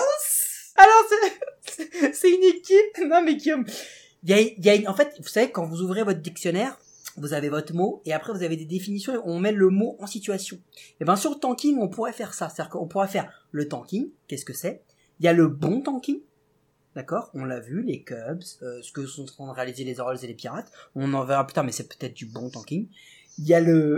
Alors, c'est une équipe, non mais Guillaume, en fait, vous savez, quand vous ouvrez votre dictionnaire, vous avez votre mot, et après vous avez des définitions, et on met le mot en situation. Et bien sur le tanking, on pourrait faire ça. C'est-à-dire qu'on pourrait faire le tanking, qu'est-ce que c'est? Il y a le bon tanking, d'accord? On l'a vu, les Cubs, ce que sont en train de réaliser les Orioles et les Pirates. On en verra plus tard, mais c'est peut-être du bon tanking. Il y a le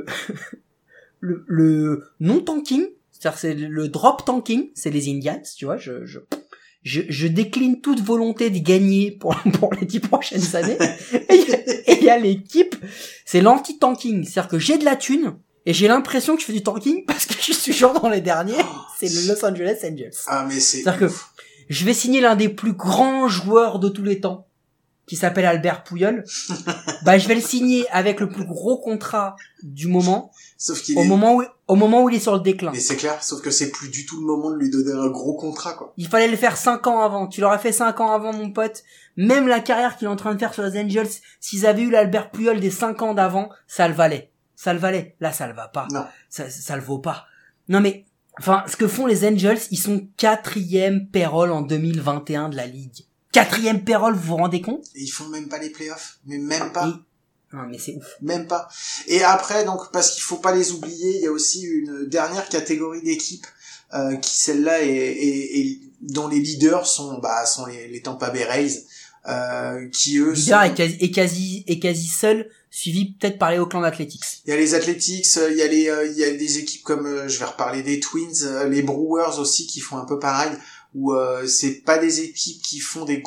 non-tanking, c'est-à-dire c'est le drop tanking, c'est les Indians, tu vois, je décline toute volonté de gagner pour les 10 prochaines années. Et il y a l'équipe, c'est l'anti-tanking. C'est-à-dire que j'ai de la thune, Et j'ai l'impression que je fais du tanking parce que je suis toujours dans les derniers. C'est le Los Angeles Angels. Ah, mais C'est-à-dire que je vais signer l'un des plus grands joueurs de tous les temps, qui s'appelle Albert Pouyol. Je vais le signer avec le plus gros contrat du moment. Sauf qu'il au moment où il est sur le déclin. Mais c'est clair, sauf que c'est plus du tout le moment de lui donner un gros contrat, quoi. Il fallait le faire 5 ans avant. Tu l'aurais fait 5 ans avant, mon pote. Même la carrière qu'il est en train de faire sur les Angels, s'ils avaient eu l'Albert Pouyol des 5 ans d'avant, ça le valait. Ça le valait. Là, ça le va pas. Non. Ça le vaut pas. Non, mais, enfin, ce que font les Angels, ils sont 4e payroll en 2021 de la ligue. 4e payroll, vous vous rendez compte? Et ils font même pas les playoffs. Mais même pas. Non, mais c'est ouf. Même pas. Et après, donc, parce qu'il faut pas les oublier, il y a aussi une dernière catégorie d'équipes, qui celle-là est dont les leaders sont les Tampa Bay Rays, qui eux leader est quasi seul, suivi peut-être par les Oakland Athletics. Il y a les Athletics, il y a des équipes comme, je vais reparler des Twins, les Brewers aussi qui font un peu pareil, où c'est pas des équipes qui font des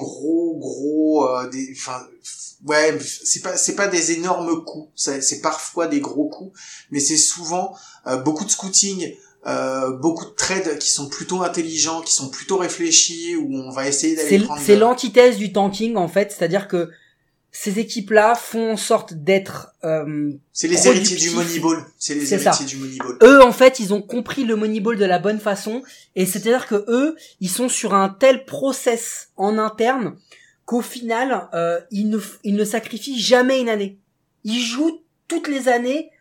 c'est pas des énormes coups, c'est parfois des gros coups, mais c'est souvent beaucoup de scouting, beaucoup de trades qui sont plutôt intelligents, qui sont plutôt réfléchis, où on va essayer d'aller prendre... C'est l'antithèse du tanking, en fait, c'est-à-dire que ces équipes-là font en sorte d'être c'est les héritiers du Moneyball. C'est les héritiers du Moneyball. Eux, en fait, ils ont compris le Moneyball de la bonne façon, et c'est-à-dire que eux, ils sont sur un tel process en interne qu'au final, ils ne sacrifient jamais une année. Ils jouent toutes les années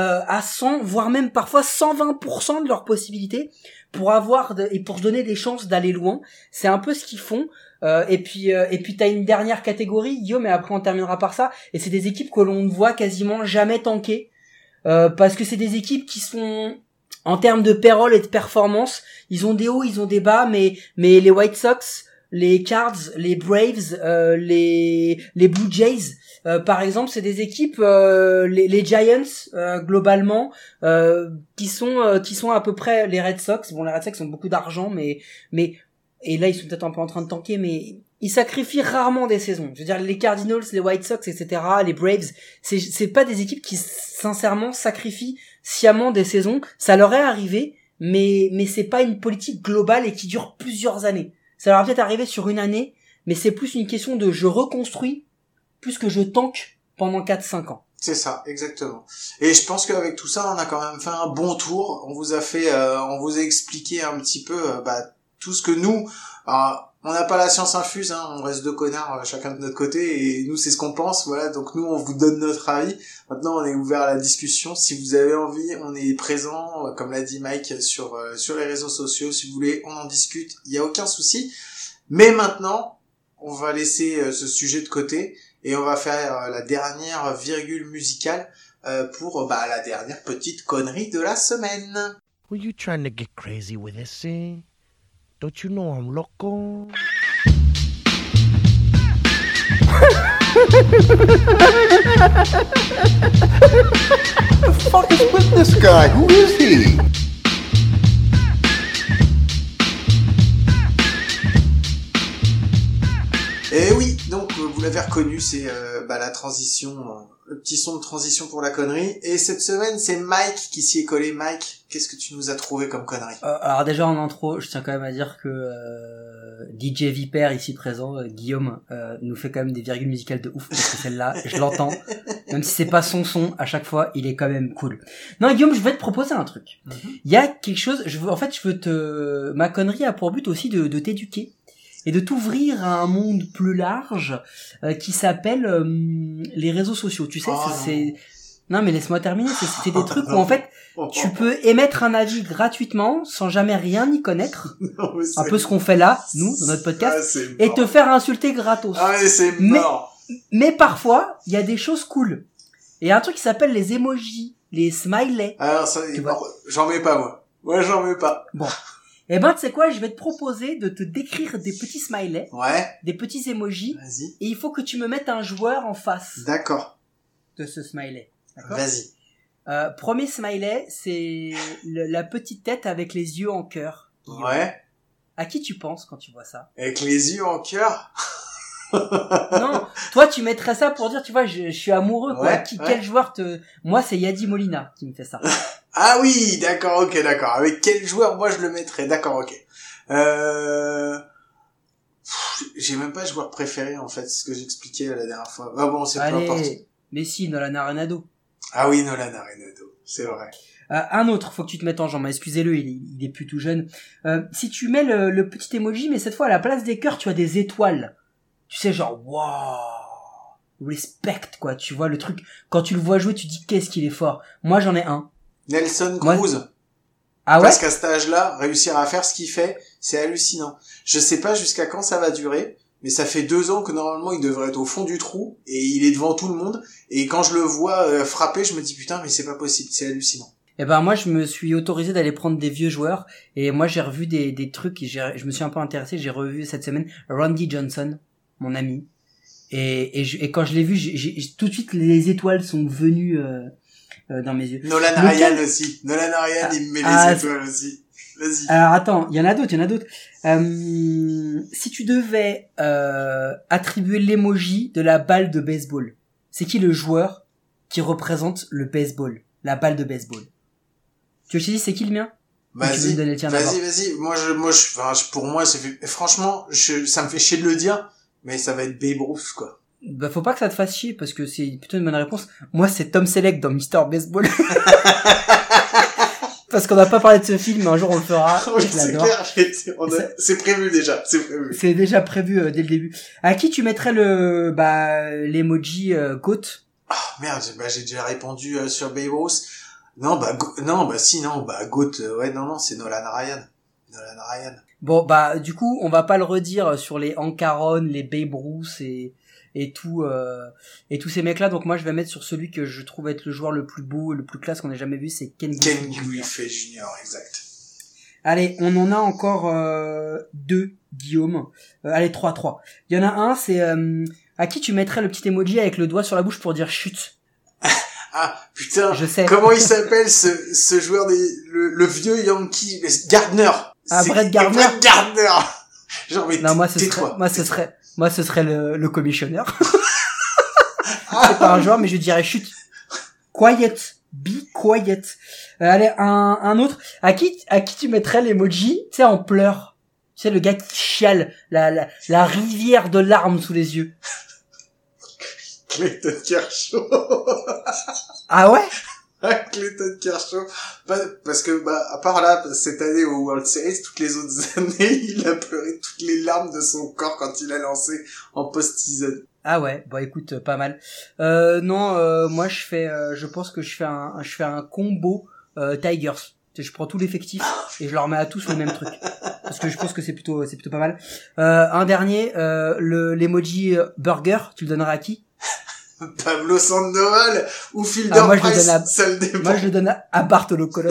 à 100, voire même parfois 120% de leurs possibilités pour pour se donner des chances d'aller loin. C'est un peu ce qu'ils font. Et puis t'as une dernière catégorie, Guillaume, et après on terminera par ça. Et c'est des équipes que l'on ne voit quasiment jamais tanker, parce que c'est des équipes qui sont, en termes de payroll et de performance, ils ont des hauts, ils ont des bas, mais les White Sox, les Cards, les Braves, les Blue Jays, par exemple, c'est des équipes, les Giants, globalement, qui sont à peu près les Red Sox. Bon, les Red Sox ont beaucoup d'argent, mais et là ils sont peut-être un peu en train de tanker, mais ils sacrifient rarement des saisons. Je veux dire, les Cardinals, les White Sox, etc., les Braves, c'est pas des équipes qui sincèrement sacrifient sciemment des saisons. Ça leur est arrivé, mais c'est pas une politique globale et qui dure plusieurs années. Ça leur a peut-être arrivé sur une année, mais c'est plus une question de je reconstruis plus que je tank pendant 4-5 ans. C'est ça, exactement. Et je pense qu'avec tout ça, on a quand même fait un bon tour. On vous a expliqué un petit peu, tout ce que nous, on n'a pas la science infuse, hein, on reste deux connards chacun de notre côté, et nous c'est ce qu'on pense, voilà, donc nous on vous donne notre avis. Maintenant on est ouvert à la discussion, si vous avez envie, on est présent, comme l'a dit Mike, sur les réseaux sociaux, si vous voulez, on en discute, il y a aucun souci. Mais maintenant, on va laisser ce sujet de côté, et on va faire la dernière virgule musicale pour la dernière petite connerie de la semaine. Were you trying to get crazy with this thing? Don't you know I'm loco? The fuck is with this guy? Who is he? Et oui, donc vous l'avez reconnu, c'est la transition, le petit son de transition pour la connerie. Et cette semaine, c'est Mike qui s'y est collé. Mike, qu'est-ce que tu nous as trouvé comme connerie? Alors déjà en intro, je tiens quand même à dire que DJ Viper ici présent, Guillaume, nous fait quand même des virgules musicales de ouf, parce que celle-là, je l'entends, même si c'est pas son à chaque fois, il est quand même cool. Non, Guillaume, je vais te proposer un truc. Il y a quelque chose, ma connerie a pour but aussi de t'éduquer et de t'ouvrir à un monde plus large qui s'appelle les réseaux sociaux. Tu sais, non mais laisse-moi terminer, c'était des trucs où en fait tu peux émettre un avis gratuitement sans jamais rien y connaître. Non, un peu ce qu'on fait là, nous, dans notre podcast, et te faire insulter gratos. Ah mais c'est mort. Mais parfois, il y a des choses cool. Et il y a un truc qui s'appelle les emojis, les smileys. Alors ça, j'en mets pas moi. Ouais, j'en mets pas. Bon. Eh ben, tu sais quoi, je vais te proposer de te décrire des petits smileys. Ouais. Des petits emojis. Vas-y. Et il faut que tu me mettes un joueur en face. D'accord. De ce smiley. D'accord. Vas-y. Premier smiley, c'est la petite tête avec les yeux en cœur. Ouais. À qui tu penses quand tu vois ça? Avec les yeux en cœur? Non, toi tu mettrais ça pour dire, tu vois, je suis amoureux, quoi. Ouais. Quel joueur Moi, c'est Yadi Molina qui me fait ça. Ah oui, d'accord, ok, d'accord. Avec quel joueur moi je le mettrais? D'accord, ok. J'ai même pas de joueur préféré en fait, c'est ce que j'expliquais la dernière fois. Ah bon, c'est peu importe. Messi, Nolan Arenado. Ah oui, Nolan Arenado, c'est vrai. Un autre, faut que tu te mettes en jambe. Excusez-le, il est plus tout jeune. Si tu mets le petit emoji, mais cette fois à la place des cœurs, tu as des étoiles. Tu sais, genre, waouh, respect, quoi. Tu vois le truc. Quand tu le vois jouer, tu dis qu'est-ce qu'il est fort. Moi, j'en ai un. Nelson Cruz. Ah ouais? Parce qu'à cet âge-là, réussir à faire ce qu'il fait, c'est hallucinant. Je sais pas jusqu'à quand ça va durer, mais ça fait 2 ans que normalement il devrait être au fond du trou, et il est devant tout le monde, et quand je le vois frapper, je me dis putain, mais c'est pas possible, c'est hallucinant. Eh ben, moi, je me suis autorisé d'aller prendre des vieux joueurs, et moi, j'ai revu des trucs, et je me suis un peu intéressé, j'ai revu cette semaine Randy Johnson, mon ami, et quand je l'ai vu, j'ai tout de suite, les étoiles sont venues, dans mes yeux. Nolan Ryan aussi. Nolan Ryan, il me met les étoiles aussi. Vas-y. Alors attends, il y en a d'autres. Si tu devais attribuer l'emoji de la balle de baseball, c'est qui le joueur qui représente le baseball, la balle de baseball? Tu veux que je te dise c'est qui le mien? Vas-y. Moi, pour moi, franchement, ça me fait chier de le dire, mais ça va être Babe Ruth, quoi. Bah, faut pas que ça te fasse chier, parce que c'est plutôt une bonne réponse. Moi, c'est Tom Selleck dans Mr. Baseball. Parce qu'on n'a pas parlé de ce film, mais un jour on le fera. Oui, c'est clair, c'est prévu déjà, C'est déjà prévu dès le début. À qui tu mettrais l'emoji GOAT? Ah, merde, j'ai déjà répondu sur Babe Ruth. GOAT, ouais, non, c'est Nolan Ryan. Bon, du coup, on va pas le redire sur les Hank Aaron, les Babe Ruth et tous ces mecs-là. Donc moi, je vais mettre sur celui que je trouve être le joueur le plus beau, le plus classe qu'on ait jamais vu, c'est Ken Griffey Jr., exact. Allez, on en a encore 2, Guillaume. Allez, 3. Il y en a un, c'est à qui tu mettrais le petit emoji avec le doigt sur la bouche pour dire chut? Ah, putain, je sais. Comment il s'appelle ce joueur le vieux Yankee, Gardner. Ah, Brett Gardner. Genre, mais non, moi, ce serait le commissionneur. C'est pas un joueur, mais je dirais chut. Quiet. Be quiet. Allez, un autre. À qui tu mettrais l'emoji, tu sais, en pleurs? Tu sais, le gars qui chiale, la rivière de larmes sous les yeux. Clayton Kershaw. Ah ouais? Clayton Kershaw. Parce que, à part là, cette année au World Series, toutes les autres années, il a pleuré toutes les larmes de son corps quand il a lancé en post-season. Ah ouais, écoute, pas mal. Moi je pense que je fais un combo Tigers. Je prends tout l'effectif et je leur mets à tous le même truc. Parce que je pense que c'est plutôt pas mal. Un dernier, l'emoji burger, tu le donneras à qui? Pablo Sandoval ou Fielder Price, ça le dépend. Moi je le donne à Bartolo Colon.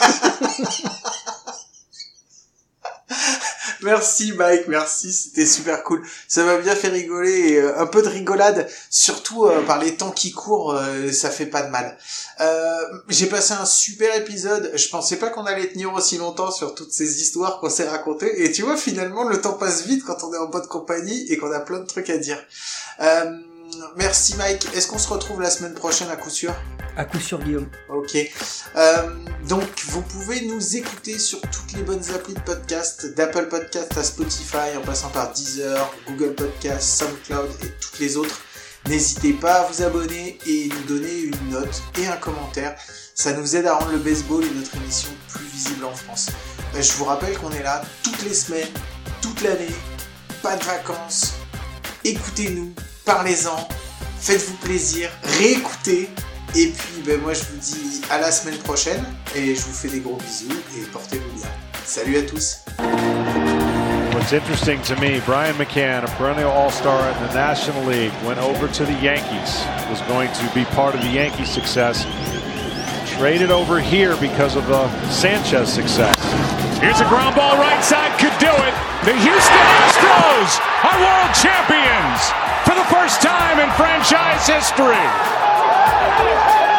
Merci Mike, merci, c'était super cool. Ça m'a bien fait rigoler et un peu de rigolade, surtout par les temps qui courent, ça fait pas de mal. J'ai passé un super épisode, je pensais pas qu'on allait tenir aussi longtemps sur toutes ces histoires qu'on s'est racontées, et tu vois, finalement le temps passe vite quand on est en bonne compagnie et qu'on a plein de trucs à dire. Merci Mike, est-ce qu'on se retrouve la semaine prochaine à coup sûr? À coup sûr Guillaume. Ok. Donc vous pouvez nous écouter sur toutes les bonnes applis de podcast, d'Apple Podcast à Spotify, en passant par Deezer, Google Podcast, SoundCloud et toutes les autres. N'hésitez pas à vous abonner et nous donner une note et un commentaire. Ça nous aide à rendre le baseball et notre émission plus visible en France. Je vous rappelle qu'on est là toutes les semaines, toute l'année, pas de vacances. Écoutez-nous, parlez-en, faites-vous plaisir, réécoutez. Et puis moi je vous dis à la semaine prochaine et je vous fais des gros bisous et portez-vous bien. Salut à tous. What's interesting to me, Brian McCann, a perennial all-star in the National League, went over to the Yankees, was going to be part of the Yankees' success, traded over here because of the Sanchez success. Here's a ground ball right side, could do it. The Houston Astros are world champions for the first time in franchise history.